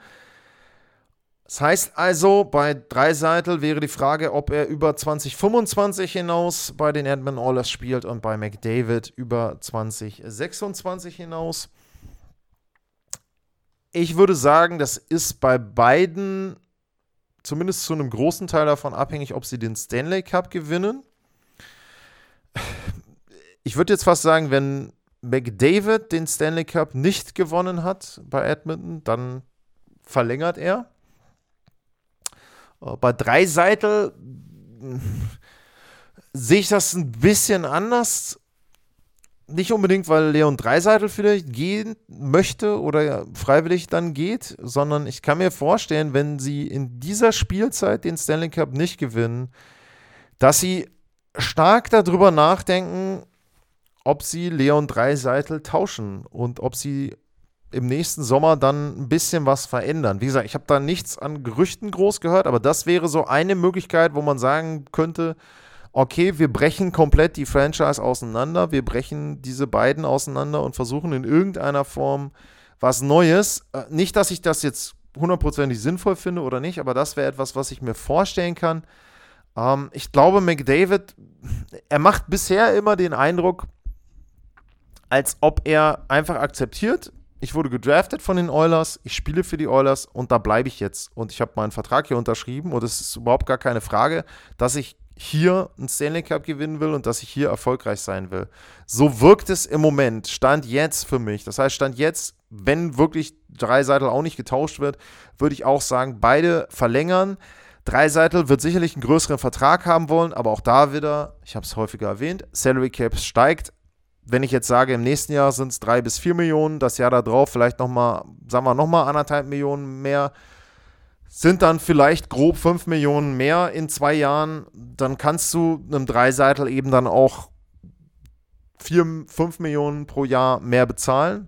Das heißt also, bei Draisaitl wäre die Frage, ob er über zwanzig fünfundzwanzig hinaus bei den Edmonton Oilers spielt und bei McDavid über zwanzig sechsundzwanzig hinaus. Ich würde sagen, das ist bei beiden zumindest zu einem großen Teil davon abhängig, ob sie den Stanley Cup gewinnen. Ich würde jetzt fast sagen, wenn McDavid den Stanley Cup nicht gewonnen hat bei Edmonton, dann verlängert er. Bei Draisaitl sehe ich das ein bisschen anders. Nicht unbedingt, weil Leon Draisaitl vielleicht gehen möchte oder freiwillig dann geht, sondern ich kann mir vorstellen, wenn sie in dieser Spielzeit den Stanley Cup nicht gewinnen, dass sie stark darüber nachdenken, ob sie Leon Draisaitl tauschen und ob sie im nächsten Sommer dann ein bisschen was verändern. Wie gesagt, ich habe da nichts an Gerüchten groß gehört, aber das wäre so eine Möglichkeit, wo man sagen könnte, okay, wir brechen komplett die Franchise auseinander, wir brechen diese beiden auseinander und versuchen in irgendeiner Form was Neues. Nicht, dass ich das jetzt hundertprozentig sinnvoll finde oder nicht, aber das wäre etwas, was ich mir vorstellen kann. Ähm, ich glaube, McDavid, er macht bisher immer den Eindruck, als ob er einfach akzeptiert, ich wurde gedraftet von den Oilers, ich spiele für die Oilers und da bleibe ich jetzt. Und ich habe meinen Vertrag hier unterschrieben und es ist überhaupt gar keine Frage, dass ich hier einen Stanley Cup gewinnen will und dass ich hier erfolgreich sein will. So wirkt es im Moment, Stand jetzt für mich. Das heißt, Stand jetzt, wenn wirklich Draisaitl auch nicht getauscht wird, würde ich auch sagen, beide verlängern. Draisaitl wird sicherlich einen größeren Vertrag haben wollen, aber auch da wieder, ich habe es häufiger erwähnt, Salary Cap steigt. Wenn ich jetzt sage, im nächsten Jahr sind es drei bis vier Millionen, das Jahr darauf vielleicht nochmal, sagen wir nochmal anderthalb Millionen mehr, sind dann vielleicht grob fünf Millionen mehr in zwei Jahren, dann kannst du einem Draisaitl eben dann auch vier, fünf Millionen pro Jahr mehr bezahlen,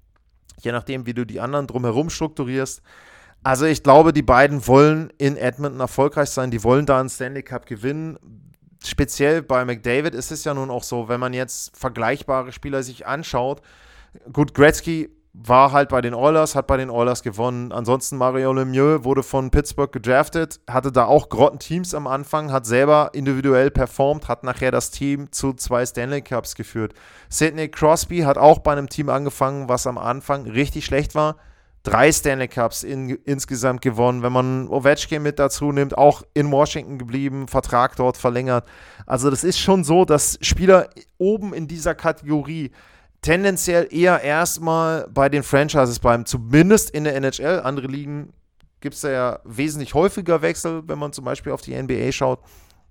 je nachdem, wie du die anderen drumherum strukturierst. Also ich glaube, die beiden wollen in Edmonton erfolgreich sein, die wollen da einen Stanley Cup gewinnen. Speziell bei McDavid ist es ja nun auch so, wenn man jetzt vergleichbare Spieler sich anschaut. Gut, Gretzky war halt bei den Oilers, hat bei den Oilers gewonnen. Ansonsten Mario Lemieux wurde von Pittsburgh gedraftet, hatte da auch Grottenteams am Anfang, hat selber individuell performt, hat nachher das Team zu zwei Stanley Cups geführt. Sidney Crosby hat auch bei einem Team angefangen, was am Anfang richtig schlecht war. Drei Stanley Cups in, insgesamt gewonnen. Wenn man Ovechkin mit dazu nimmt, auch in Washington geblieben, Vertrag dort verlängert. Also das ist schon so, dass Spieler oben in dieser Kategorie tendenziell eher erstmal bei den Franchises bleiben, zumindest in der N H L. Andere Ligen gibt es ja wesentlich häufiger Wechsel, wenn man zum Beispiel auf die N B A schaut.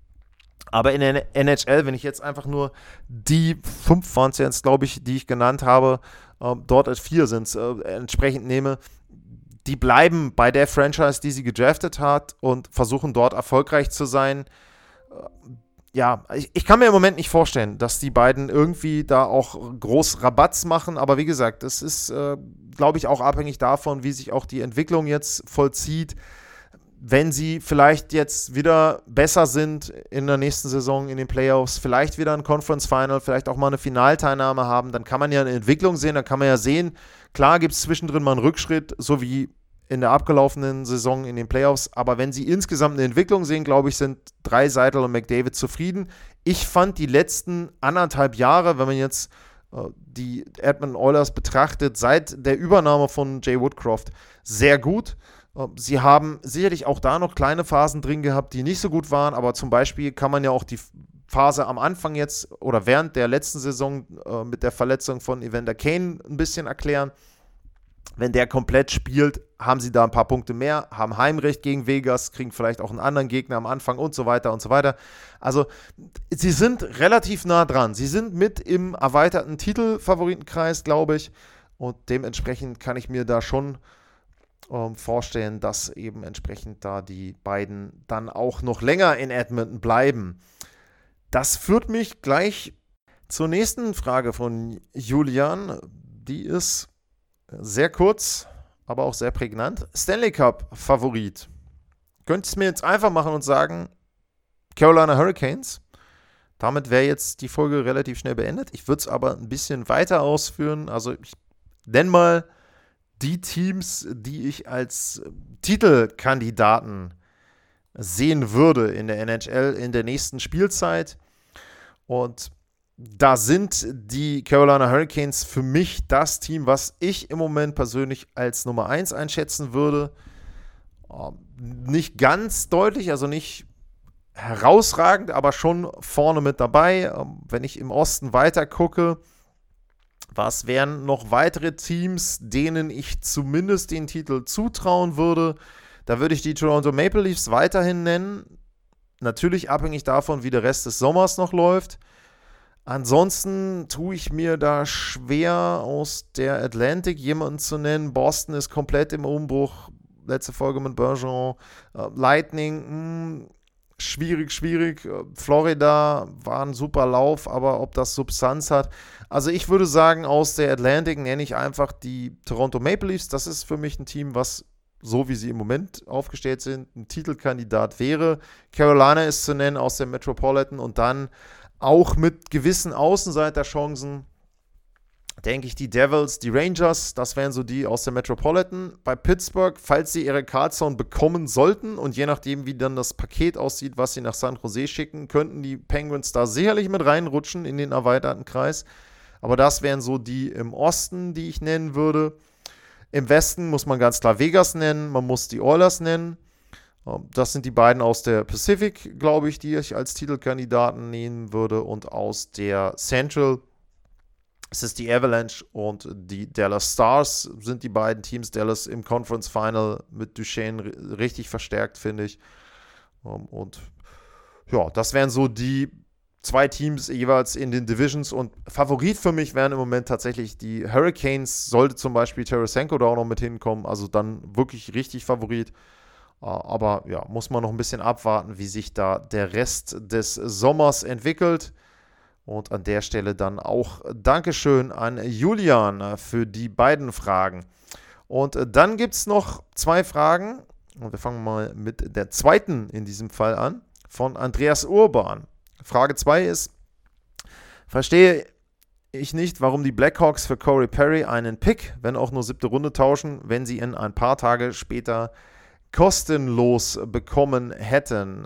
Aber in der N H L, wenn ich jetzt einfach nur die fünf waren es jetzt, glaube ich, die ich genannt habe, äh, dort als vier sind es, äh, entsprechend nehme, die bleiben bei der Franchise, die sie gedraftet hat und versuchen dort erfolgreich zu sein. Äh, ja, ich, ich kann mir im Moment nicht vorstellen, dass die beiden irgendwie da auch groß Rabatz machen, aber wie gesagt, es ist, äh, glaube ich, auch abhängig davon, wie sich auch die Entwicklung jetzt vollzieht. Wenn sie vielleicht jetzt wieder besser sind in der nächsten Saison in den Playoffs, vielleicht wieder ein Conference Final, vielleicht auch mal eine Finalteilnahme haben, dann kann man ja eine Entwicklung sehen, dann kann man ja sehen, klar gibt es zwischendrin mal einen Rückschritt, so wie in der abgelaufenen Saison in den Playoffs, aber wenn sie insgesamt eine Entwicklung sehen, glaube ich, sind Draisaitl und McDavid zufrieden. Ich fand die letzten anderthalb Jahre, wenn man jetzt äh, die Edmonton Oilers betrachtet, seit der Übernahme von Jay Woodcroft sehr gut. Sie haben sicherlich auch da noch kleine Phasen drin gehabt, die nicht so gut waren, aber zum Beispiel kann man ja auch die Phase am Anfang jetzt oder während der letzten Saison äh, mit der Verletzung von Evander Kane ein bisschen erklären. Wenn der komplett spielt, haben sie da ein paar Punkte mehr, haben Heimrecht gegen Vegas, kriegen vielleicht auch einen anderen Gegner am Anfang und so weiter und so weiter. Also sie sind relativ nah dran. Sie sind mit im erweiterten Titelfavoritenkreis, glaube ich, und dementsprechend kann ich mir da schon vorstellen, dass eben entsprechend da die beiden dann auch noch länger in Edmonton bleiben. Das führt mich gleich zur nächsten Frage von Julian. Die ist sehr kurz, aber auch sehr prägnant. Stanley Cup Favorit. Könntest du mir jetzt einfach machen und sagen, Carolina Hurricanes? Damit wäre jetzt die Folge relativ schnell beendet. Ich würde es aber ein bisschen weiter ausführen. Also ich nenne mal die Teams, die ich als Titelkandidaten sehen würde in der N H L in der nächsten Spielzeit. Und da sind die Carolina Hurricanes für mich das Team, was ich im Moment persönlich als Nummer eins einschätzen würde. nicht ganz deutlich, also nicht herausragend, aber schon vorne mit dabei. Wenn ich im Osten weiter gucke, was wären noch weitere Teams, denen ich zumindest den Titel zutrauen würde? Da würde ich die Toronto Maple Leafs weiterhin nennen. Natürlich abhängig davon, wie der Rest des Sommers noch läuft. Ansonsten tue ich mir da schwer, aus der Atlantic jemanden zu nennen. Boston ist komplett im Umbruch. Letzte Folge mit Bergeron. Uh, Lightning, mh, schwierig, schwierig. Uh, Florida war ein super Lauf, aber ob das Substanz hat. Also ich würde sagen, aus der Atlantic nenne ich einfach die Toronto Maple Leafs. Das ist für mich ein Team, was, so wie sie im Moment aufgestellt sind, ein Titelkandidat wäre. Carolina ist zu nennen aus der Metropolitan und dann auch mit gewissen Außenseiterchancen, denke ich, die Devils, die Rangers, das wären so die aus der Metropolitan. Bei Pittsburgh, falls sie ihre Cardzone bekommen sollten und je nachdem, wie dann das Paket aussieht, was sie nach San Jose schicken, könnten die Penguins da sicherlich mit reinrutschen in den erweiterten Kreis. Aber das wären so die im Osten, die ich nennen würde. Im Westen muss man ganz klar Vegas nennen, man muss die Oilers nennen. Das sind die beiden aus der Pacific, glaube ich, die ich als Titelkandidaten nehmen würde. Und aus der Central ist es die Avalanche und die Dallas Stars sind die beiden Teams. Dallas im Conference Final mit Duchesne richtig verstärkt, finde ich. Und ja, das wären so die zwei Teams jeweils in den Divisions. Und Favorit für mich wären im Moment tatsächlich die Hurricanes. Sollte zum Beispiel Tarasenko da auch noch mit hinkommen. Also dann wirklich richtig Favorit. Aber ja, muss man noch ein bisschen abwarten, wie sich da der Rest des Sommers entwickelt. Und an der Stelle dann auch Dankeschön an Julian für die beiden Fragen. Und dann gibt es noch zwei Fragen. Und wir fangen mal mit der zweiten in diesem Fall an, von Andreas Urban. Frage zwei ist: Verstehe ich nicht, warum die Blackhawks für Corey Perry einen Pick, wenn auch nur siebte Runde, tauschen, wenn sie ihn ein paar Tage später kostenlos bekommen hätten.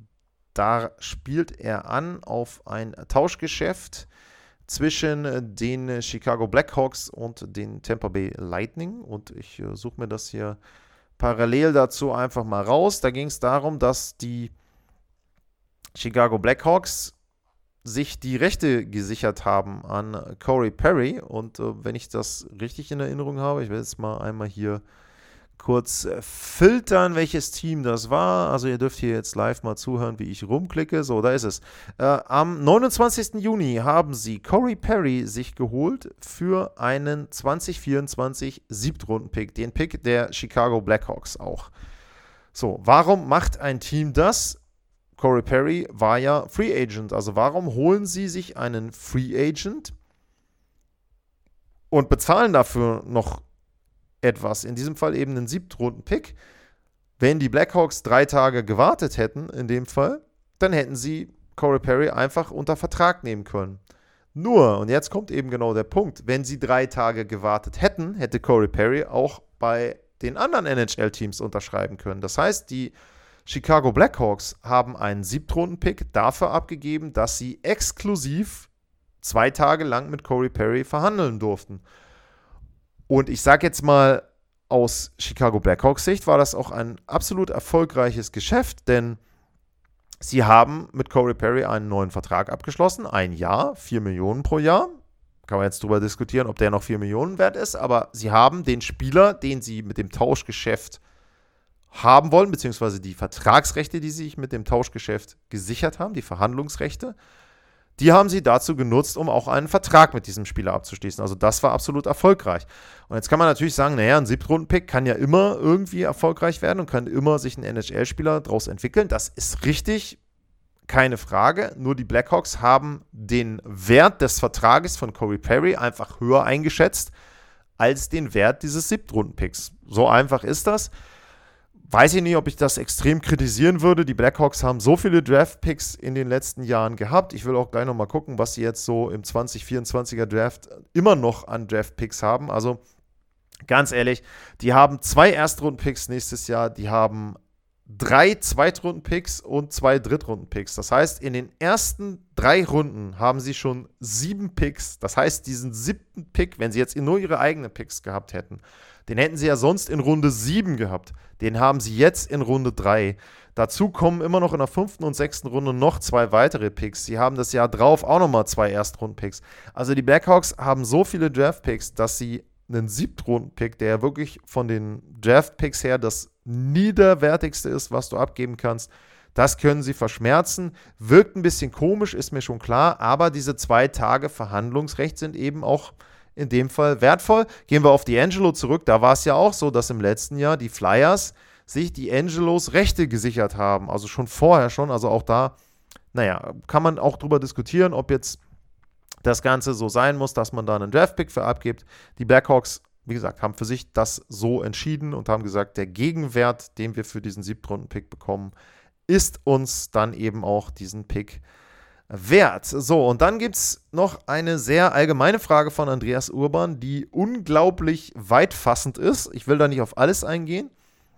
Da spielt er an auf ein Tauschgeschäft zwischen den Chicago Blackhawks und den Tampa Bay Lightning. Und ich äh, suche mir das hier parallel dazu einfach mal raus. Da ging es darum, dass die Chicago Blackhawks sich die Rechte gesichert haben an Corey Perry. Und äh, wenn ich das richtig in Erinnerung habe, ich werde jetzt mal einmal hier kurz filtern, welches Team das war. Also ihr dürft hier jetzt live mal zuhören, wie ich rumklicke. So, da ist es. Äh, am neunundzwanzigsten Juni haben sie Corey Perry sich geholt für einen zwanzig vierundzwanzig Siebtrunden-Pick. Den Pick der Chicago Blackhawks auch. So, warum macht ein Team das? Corey Perry war ja Free Agent. Also warum holen sie sich einen Free Agent und bezahlen dafür noch etwas, in diesem Fall eben einen Siebtrunden-Pick. Wenn die Blackhawks drei Tage gewartet hätten, in dem Fall, dann hätten sie Corey Perry einfach unter Vertrag nehmen können. Nur, und jetzt kommt eben genau der Punkt, wenn sie drei Tage gewartet hätten, hätte Corey Perry auch bei den anderen N H L-Teams unterschreiben können. Das heißt, die Chicago Blackhawks haben einen Siebtrunden-Pick dafür abgegeben, dass sie exklusiv zwei Tage lang mit Corey Perry verhandeln durften. Und ich sage jetzt mal, aus Chicago Blackhawks Sicht war das auch ein absolut erfolgreiches Geschäft, denn sie haben mit Corey Perry einen neuen Vertrag abgeschlossen, ein Jahr, vier Millionen pro Jahr. Kann man jetzt drüber diskutieren, ob der noch vier Millionen wert ist, aber sie haben den Spieler, den sie mit dem Tauschgeschäft haben wollen, beziehungsweise die Vertragsrechte, die sie sich mit dem Tauschgeschäft gesichert haben, die Verhandlungsrechte, die haben sie dazu genutzt, um auch einen Vertrag mit diesem Spieler abzuschließen. Also das war absolut erfolgreich. Und jetzt kann man natürlich sagen, naja, ein Siebtrunden-Pick kann ja immer irgendwie erfolgreich werden und kann immer sich ein N H L-Spieler daraus entwickeln. Das ist richtig, keine Frage. Nur die Blackhawks haben den Wert des Vertrages von Corey Perry einfach höher eingeschätzt als den Wert dieses Siebtrunden-Picks. So einfach ist das. Weiß ich nicht, ob ich das extrem kritisieren würde. Die Blackhawks haben so viele Draft-Picks in den letzten Jahren gehabt. Ich will auch gleich nochmal gucken, was sie jetzt so im zwanzig vierundzwanziger Draft immer noch an Draft-Picks haben. Also ganz ehrlich, die haben zwei Erstrunden-Picks nächstes Jahr. Die haben drei Zweitrunden-Picks und zwei Drittrunden-Picks. Das heißt, in den ersten drei Runden haben sie schon sieben Picks. Das heißt, diesen siebten Pick, wenn sie jetzt nur ihre eigenen Picks gehabt hätten, den hätten sie ja sonst in Runde sieben gehabt. Den haben sie jetzt in Runde drei. Dazu kommen immer noch in der fünften und sechsten Runde noch zwei weitere Picks. Sie haben das Jahr drauf auch nochmal zwei Erstrunden-Picks. Also die Blackhawks haben so viele Draft-Picks, dass sie einen Siebtrunden-Pick, der wirklich von den Draft-Picks her das niederwertigste ist, was du abgeben kannst, das können sie verschmerzen. Wirkt ein bisschen komisch, ist mir schon klar, aber diese zwei Tage Verhandlungsrecht sind eben auch in dem Fall wertvoll. Gehen wir auf D'Angelo zurück, da war es ja auch so, dass im letzten Jahr die Flyers sich D'Angelos Rechte gesichert haben, also schon vorher schon, also auch da, naja, kann man auch drüber diskutieren, ob jetzt das Ganze so sein muss, dass man da einen Draft-Pick für abgibt. Die Blackhawks, wie gesagt, haben für sich das so entschieden und haben gesagt, der Gegenwert, den wir für diesen Siebtrunden-Pick bekommen, ist uns dann eben auch diesen Pick wert. So, und dann gibt es noch eine sehr allgemeine Frage von Andreas Urban, die unglaublich weitfassend ist. Ich will da nicht auf alles eingehen,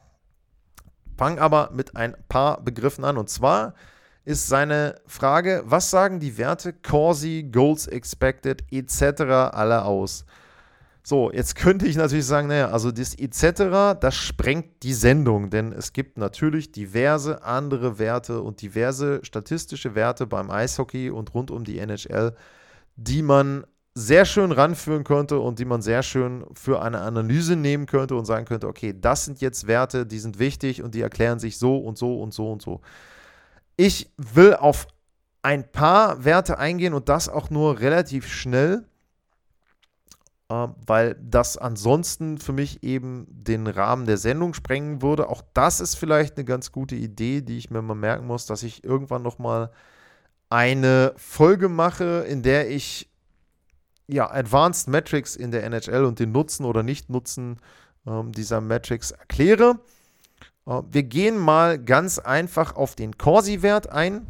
fange aber mit ein paar Begriffen an. Und zwar ist seine Frage, was sagen die Werte Corsi, Goals Expected et cetera alle aus? So, jetzt könnte ich natürlich sagen, naja, also das et cetera, das sprengt die Sendung, denn es gibt natürlich diverse andere Werte und diverse statistische Werte beim Eishockey und rund um die N H L, die man sehr schön ranführen könnte und die man sehr schön für eine Analyse nehmen könnte und sagen könnte, okay, das sind jetzt Werte, die sind wichtig und die erklären sich so und so und so und so. Ich will auf ein paar Werte eingehen und das auch nur relativ schnell, äh, weil das ansonsten für mich eben den Rahmen der Sendung sprengen würde. Auch das ist vielleicht eine ganz gute Idee, die ich mir mal merken muss, dass ich irgendwann nochmal eine Folge mache, in der ich ja, Advanced Metrics in der N H L und den Nutzen oder Nicht-Nutzen ähm, dieser Metrics erkläre. Äh, wir gehen mal ganz einfach auf den Corsi-Wert ein.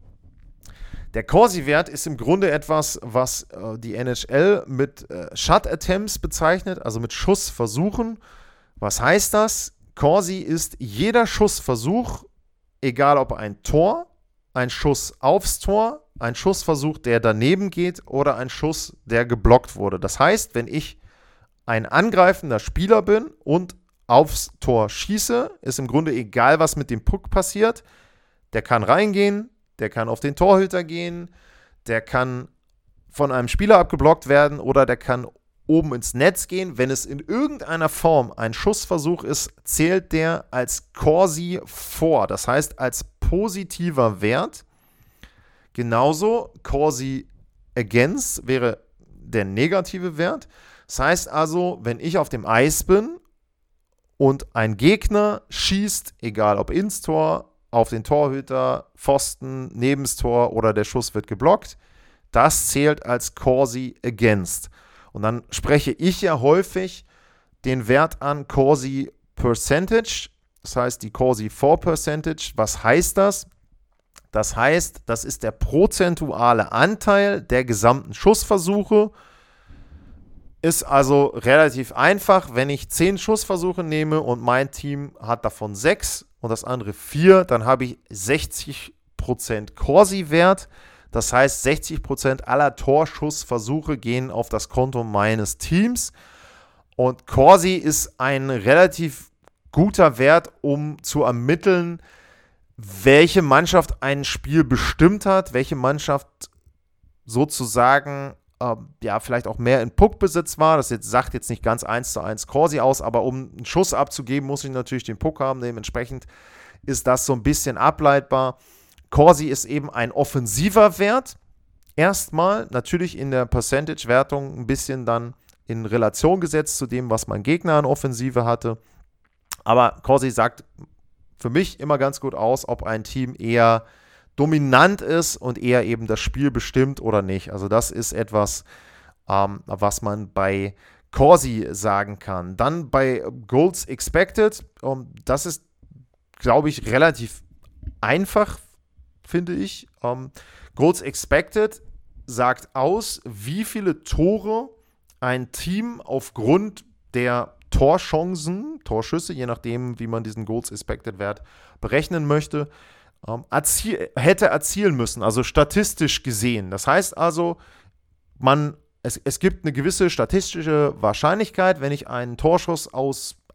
Der Corsi-Wert ist im Grunde etwas, was äh, die N H L mit äh, Shot-Attempts bezeichnet, also mit Schussversuchen. Was heißt das? Corsi ist jeder Schussversuch, egal ob ein Tor, ein Schuss aufs Tor, ein Schussversuch, der daneben geht oder ein Schuss, der geblockt wurde. Das heißt, wenn ich ein angreifender Spieler bin und aufs Tor schieße, ist im Grunde egal, was mit dem Puck passiert. Der kann reingehen, der kann auf den Torhüter gehen, der kann von einem Spieler abgeblockt werden oder der kann oben ins Netz gehen. Wenn es in irgendeiner Form ein Schussversuch ist, zählt der als Corsi vor. Das heißt, als positiver Wert. Genauso Corsi against wäre der negative Wert. Das heißt also, wenn ich auf dem Eis bin und ein Gegner schießt, egal ob ins Tor, auf den Torhüter, Pfosten, nebens Tor oder der Schuss wird geblockt, das zählt als Corsi against. Und dann spreche ich ja häufig den Wert an Corsi Percentage, das heißt die Corsi for Percentage. Was heißt das? Das heißt, das ist der prozentuale Anteil der gesamten Schussversuche. Ist also relativ einfach, wenn ich zehn Schussversuche nehme und mein Team hat davon sechs und das andere vier, dann habe ich sechzig Prozent Corsi-Wert. Das heißt, sechzig Prozent aller Torschussversuche gehen auf das Konto meines Teams. Und Corsi ist ein relativ guter Wert, um zu ermitteln, welche Mannschaft ein Spiel bestimmt hat, welche Mannschaft sozusagen äh, ja vielleicht auch mehr in Puckbesitz war. Das jetzt, sagt jetzt nicht ganz eins zu eins Corsi aus, aber um einen Schuss abzugeben, muss ich natürlich den Puck haben. Dementsprechend ist das so ein bisschen ableitbar. Corsi ist eben ein offensiver Wert. Erstmal natürlich in der Percentage-Wertung ein bisschen dann in Relation gesetzt zu dem, was mein Gegner an Offensive hatte. Aber Corsi sagt für mich immer ganz gut aus, ob ein Team eher dominant ist und eher eben das Spiel bestimmt oder nicht. Also das ist etwas, ähm, was man bei Corsi sagen kann. Dann bei Goals Expected, ähm, das ist, glaube ich, relativ einfach, finde ich. Ähm, Goals Expected sagt aus, wie viele Tore ein Team aufgrund der Torchancen, Torschüsse, je nachdem, wie man diesen Goals Expected Wert berechnen möchte, ähm, erzie- hätte erzielen müssen, also statistisch gesehen. Das heißt also, man, es, es gibt eine gewisse statistische Wahrscheinlichkeit, wenn ich einen Torschuss aus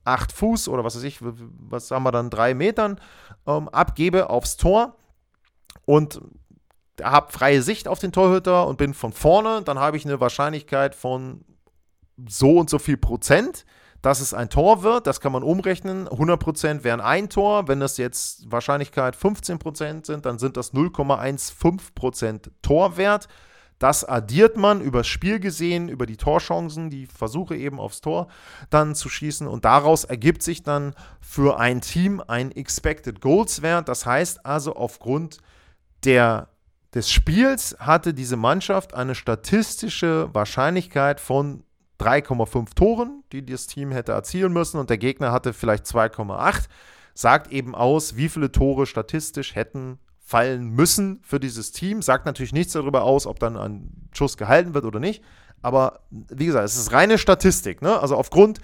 acht Fuß oder was weiß ich, was haben wir dann, drei Metern ähm, abgebe aufs Tor und habe freie Sicht auf den Torhüter und bin von vorne, dann habe ich eine Wahrscheinlichkeit von so und so viel Prozent, dass es ein Tor wird. Das kann man umrechnen. hundert Prozent wären ein Tor. Wenn das jetzt Wahrscheinlichkeit fünfzehn Prozent sind, dann sind das null Komma fünfzehn Prozent Torwert. Das addiert man übers Spiel gesehen, über die Torchancen, die Versuche eben aufs Tor dann zu schießen. Und daraus ergibt sich dann für ein Team ein Expected Goals Wert. Das heißt also, aufgrund der, des Spiels hatte diese Mannschaft eine statistische Wahrscheinlichkeit von drei Komma fünf Toren, die das Team hätte erzielen müssen, und der Gegner hatte vielleicht zwei Komma acht. Sagt eben aus, wie viele Tore statistisch hätten fallen müssen für dieses Team. Sagt natürlich nichts darüber aus, ob dann ein Schuss gehalten wird oder nicht. Aber wie gesagt, es ist reine Statistik. Ne? Also aufgrund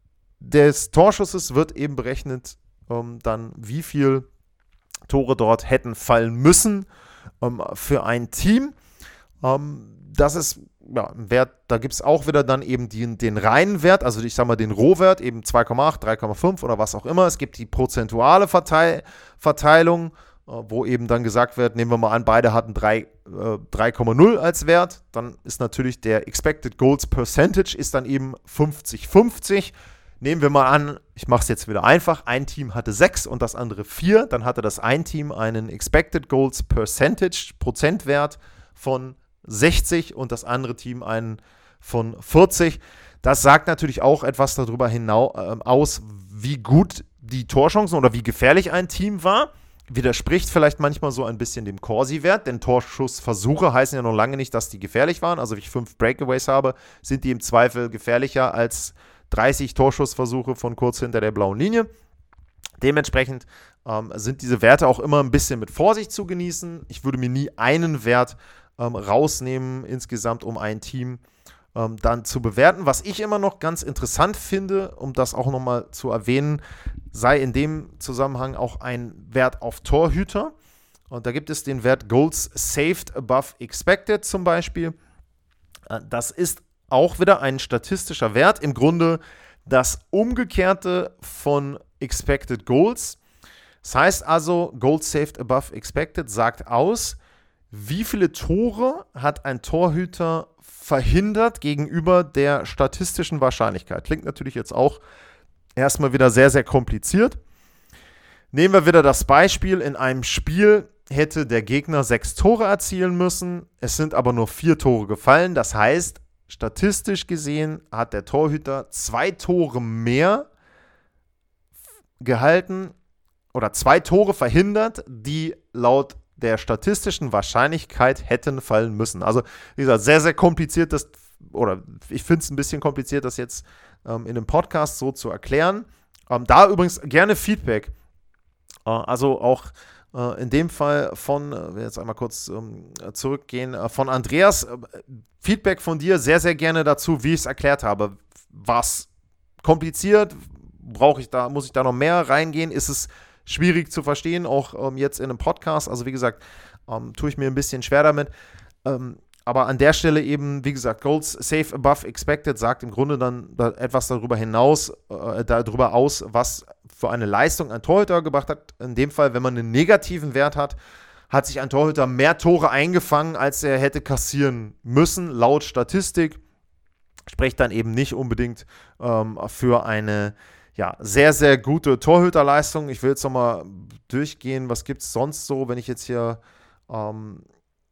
des Torschusses wird eben berechnet, ähm, dann wie viele Tore dort hätten fallen müssen ähm, für ein Team. Ähm, das ist ja ein Wert, da gibt es auch wieder dann eben die, den reinen Wert, also ich sag mal den Rohwert, eben zwei Komma acht, drei Komma fünf oder was auch immer. Es gibt die prozentuale Verteil- Verteilung, äh, wo eben dann gesagt wird, nehmen wir mal an, beide hatten drei Komma null als Wert, dann ist natürlich der Expected Goals Percentage ist dann eben fünfzig fünfzig. Nehmen wir mal an, ich mache es jetzt wieder einfach, ein Team hatte sechs und das andere vier, dann hatte das ein Team einen Expected Goals Percentage, Prozentwert von sechzig und das andere Team einen von vierzig. Das sagt natürlich auch etwas darüber hinaus, äh, aus, wie gut die Torchancen oder wie gefährlich ein Team war. Widerspricht vielleicht manchmal so ein bisschen dem Corsi-Wert, denn Torschussversuche heißen ja noch lange nicht, dass die gefährlich waren. Also wenn ich fünf Breakaways habe, sind die im Zweifel gefährlicher als dreißig Torschussversuche von kurz hinter der blauen Linie. Dementsprechend ähm, sind diese Werte auch immer ein bisschen mit Vorsicht zu genießen. Ich würde mir nie einen Wert ähm, rausnehmen insgesamt, um ein Team ähm, dann zu bewerten. Was ich immer noch ganz interessant finde, um das auch nochmal zu erwähnen, sei in dem Zusammenhang auch ein Wert auf Torhüter. Und da gibt es den Wert Goals Saved Above Expected zum Beispiel. Äh, das ist auch wieder ein statistischer Wert. Im Grunde das Umgekehrte von Expected Goals. Das heißt also, Goals Saved Above Expected sagt aus, wie viele Tore hat ein Torhüter verhindert gegenüber der statistischen Wahrscheinlichkeit. Klingt natürlich jetzt auch erstmal wieder sehr, sehr kompliziert. Nehmen wir wieder das Beispiel, in einem Spiel hätte der Gegner sechs Tore erzielen müssen, es sind aber nur vier Tore gefallen. Das heißt, statistisch gesehen hat der Torhüter zwei Tore mehr gehalten oder zwei Tore verhindert, die laut der statistischen Wahrscheinlichkeit hätten fallen müssen. Also, wie gesagt, sehr, sehr kompliziert, das, oder ich finde es ein bisschen kompliziert, das jetzt ähm, in einem Podcast so zu erklären. Ähm, da übrigens gerne Feedback. Äh, also auch äh, in dem Fall von, äh, wir jetzt einmal kurz ähm, zurückgehen, äh, von Andreas. Äh, Feedback von dir, sehr, sehr gerne dazu, wie ich es erklärt habe. War es kompliziert? Brauche ich da, muss ich da noch mehr reingehen? Ist es schwierig zu verstehen, auch ähm, jetzt in einem Podcast. Also wie gesagt, ähm, tue ich mir ein bisschen schwer damit. Ähm, aber an der Stelle eben, wie gesagt, Goals Saved Above Expected sagt im Grunde dann da etwas darüber hinaus, äh, darüber aus, was für eine Leistung ein Torhüter gebracht hat. In dem Fall, wenn man einen negativen Wert hat, hat sich ein Torhüter mehr Tore eingefangen, als er hätte kassieren müssen, laut Statistik. Spricht dann eben nicht unbedingt ähm, für eine ja, sehr, sehr gute Torhüterleistung. Ich will jetzt nochmal durchgehen, was gibt es sonst so, wenn ich jetzt hier ähm,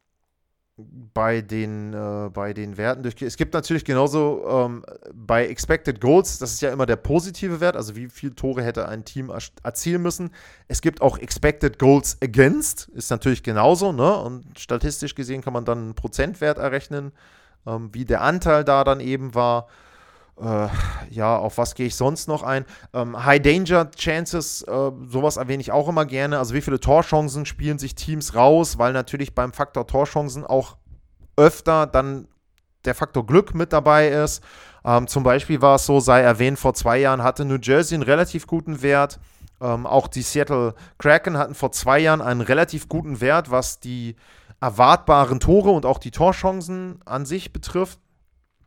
bei, den, äh, bei den Werten durchgehe. Es gibt natürlich genauso ähm, bei Expected Goals, das ist ja immer der positive Wert, also wie viele Tore hätte ein Team erzielen müssen. Es gibt auch Expected Goals Against, ist natürlich genauso, ne? Und statistisch gesehen kann man dann einen Prozentwert errechnen, ähm, wie der Anteil da dann eben war. Äh, ja, auf was gehe ich sonst noch ein? Ähm, High Danger Chances, äh, sowas erwähne ich auch immer gerne. Also wie viele Torchancen spielen sich Teams raus, weil natürlich beim Faktor Torchancen auch öfter dann der Faktor Glück mit dabei ist. Ähm, zum Beispiel war es so, sei erwähnt, vor zwei Jahren hatte New Jersey einen relativ guten Wert. Ähm, auch die Seattle Kraken hatten vor zwei Jahren einen relativ guten Wert, was die erwartbaren Tore und auch die Torchancen an sich betrifft.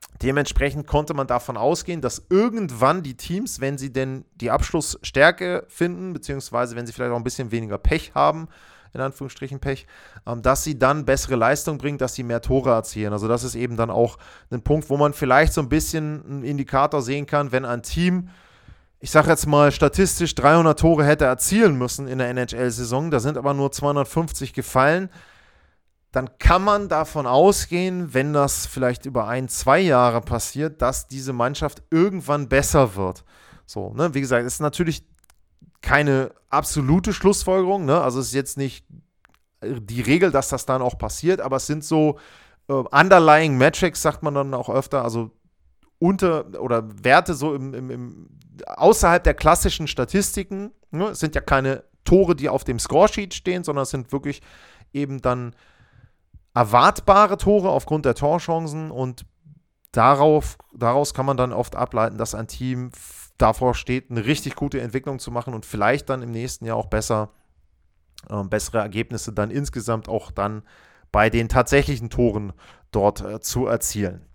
Dementsprechend konnte man davon ausgehen, dass irgendwann die Teams, wenn sie denn die Abschlussstärke finden, beziehungsweise wenn sie vielleicht auch ein bisschen weniger Pech haben, in Anführungsstrichen Pech, ähm, dass sie dann bessere Leistung bringen, dass sie mehr Tore erzielen. Also das ist eben dann auch ein Punkt, wo man vielleicht so ein bisschen einen Indikator sehen kann, wenn ein Team, ich sage jetzt mal statistisch dreihundert Tore hätte erzielen müssen in der N H L-Saison, da sind aber nur zweihundertfünfzig gefallen, dann kann man davon ausgehen, wenn das vielleicht über ein, zwei Jahre passiert, dass diese Mannschaft irgendwann besser wird. So, ne? Wie gesagt, es ist natürlich keine absolute Schlussfolgerung, ne? Also es ist jetzt nicht die Regel, dass das dann auch passiert, aber es sind so äh, underlying metrics, sagt man dann auch öfter, also unter oder Werte so im, im, im außerhalb der klassischen Statistiken. Ne? Es sind ja keine Tore, die auf dem Scoresheet stehen, sondern es sind wirklich eben dann erwartbare Tore aufgrund der Torchancen und darauf, daraus kann man dann oft ableiten, dass ein Team f- davor steht, eine richtig gute Entwicklung zu machen und vielleicht dann im nächsten Jahr auch besser, äh, bessere Ergebnisse dann insgesamt auch dann bei den tatsächlichen Toren dort äh, zu erzielen.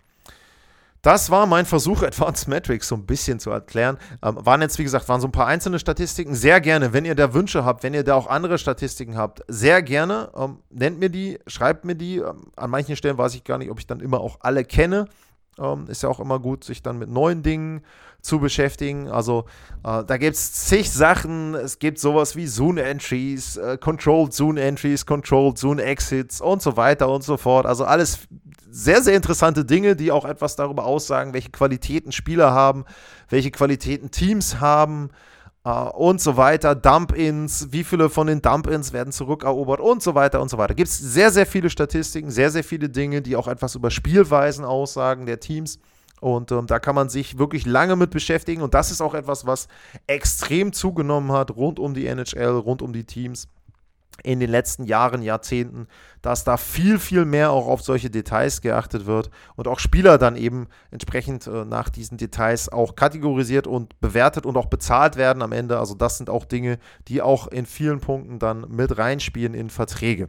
Das war mein Versuch, Advanced Metrics so ein bisschen zu erklären. Ähm, waren jetzt, wie gesagt, waren so ein paar einzelne Statistiken. Sehr gerne, wenn ihr da Wünsche habt, wenn ihr da auch andere Statistiken habt, sehr gerne. Ähm, nennt mir die, schreibt mir die. Ähm, an manchen Stellen weiß ich gar nicht, ob ich dann immer auch alle kenne. Ähm, ist ja auch immer gut, sich dann mit neuen Dingen zu beschäftigen. Also äh, da gibt es zig Sachen. Es gibt sowas wie Zone Entries, äh, Controlled Zone Entries, Controlled Zone Exits und so weiter und so fort. Also alles sehr, sehr interessante Dinge, die auch etwas darüber aussagen, welche Qualitäten Spieler haben, welche Qualitäten Teams haben äh, und so weiter. Dump-Ins, wie viele von den Dump-Ins werden zurückerobert und so weiter und so weiter. Gibt es sehr, sehr viele Statistiken, sehr, sehr viele Dinge, die auch etwas über Spielweisen aussagen der Teams. Und ähm, da kann man sich wirklich lange mit beschäftigen. Und das ist auch etwas, was extrem zugenommen hat rund um die N H L, rund um die Teams in den letzten Jahren, Jahrzehnten, dass da viel, viel mehr auch auf solche Details geachtet wird und auch Spieler dann eben entsprechend äh, nach diesen Details auch kategorisiert und bewertet und auch bezahlt werden am Ende. Also das sind auch Dinge, die auch in vielen Punkten dann mit reinspielen in Verträge.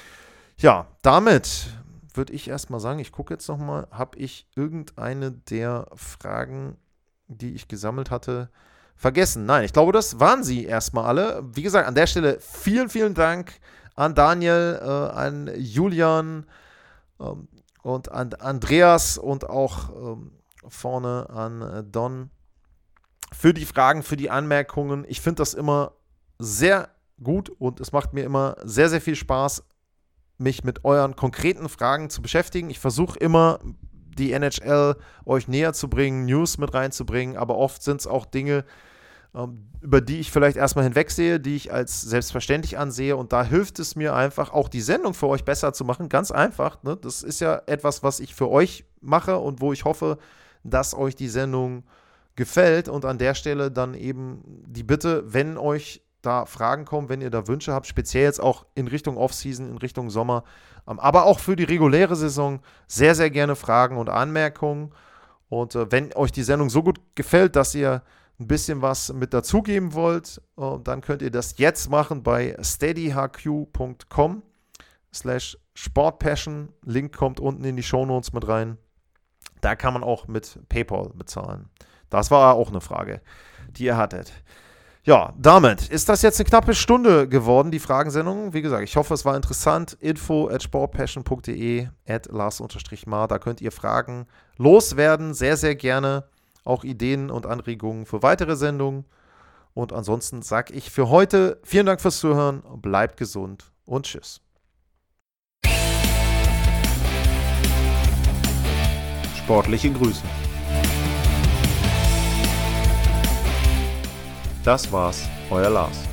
Ja, damit würde ich erstmal sagen, ich gucke jetzt nochmal, habe ich irgendeine der Fragen, die ich gesammelt hatte, vergessen? Nein, ich glaube, das waren sie erstmal alle. Wie gesagt, an der Stelle vielen, vielen Dank an Daniel, äh, an Julian ähm, und an Andreas und auch ähm, vorne an äh, Don für die Fragen, für die Anmerkungen. Ich finde das immer sehr gut und es macht mir immer sehr, sehr viel Spaß, mich mit euren konkreten Fragen zu beschäftigen. Ich versuche immer, die N H L euch näher zu bringen, News mit reinzubringen, aber oft sind es auch Dinge, über die ich vielleicht erstmal hinwegsehe, die ich als selbstverständlich ansehe und da hilft es mir einfach, auch die Sendung für euch besser zu machen, ganz einfach, ne? Das ist ja etwas, was ich für euch mache und wo ich hoffe, dass euch die Sendung gefällt und an der Stelle dann eben die Bitte, wenn euch da Fragen kommen, wenn ihr da Wünsche habt, speziell jetzt auch in Richtung Offseason, in Richtung Sommer, aber auch für die reguläre Saison, sehr, sehr gerne Fragen und Anmerkungen und äh, wenn euch die Sendung so gut gefällt, dass ihr ein bisschen was mit dazugeben wollt, dann könnt ihr das jetzt machen bei steadyhq.com slash sportpassion. Link kommt unten in die Shownotes mit rein. Da kann man auch mit PayPal bezahlen. Das war auch eine Frage, die ihr hattet. Ja, damit ist das jetzt eine knappe Stunde geworden, die Fragensendung. Wie gesagt, ich hoffe, es war interessant. info at sportpassion.de at Lars-Mar. Da könnt ihr Fragen loswerden. Sehr, sehr gerne. Auch Ideen und Anregungen für weitere Sendungen. Und ansonsten sage ich für heute vielen Dank fürs Zuhören, bleibt gesund und tschüss. Sportliche Grüße. Das war's, euer Lars.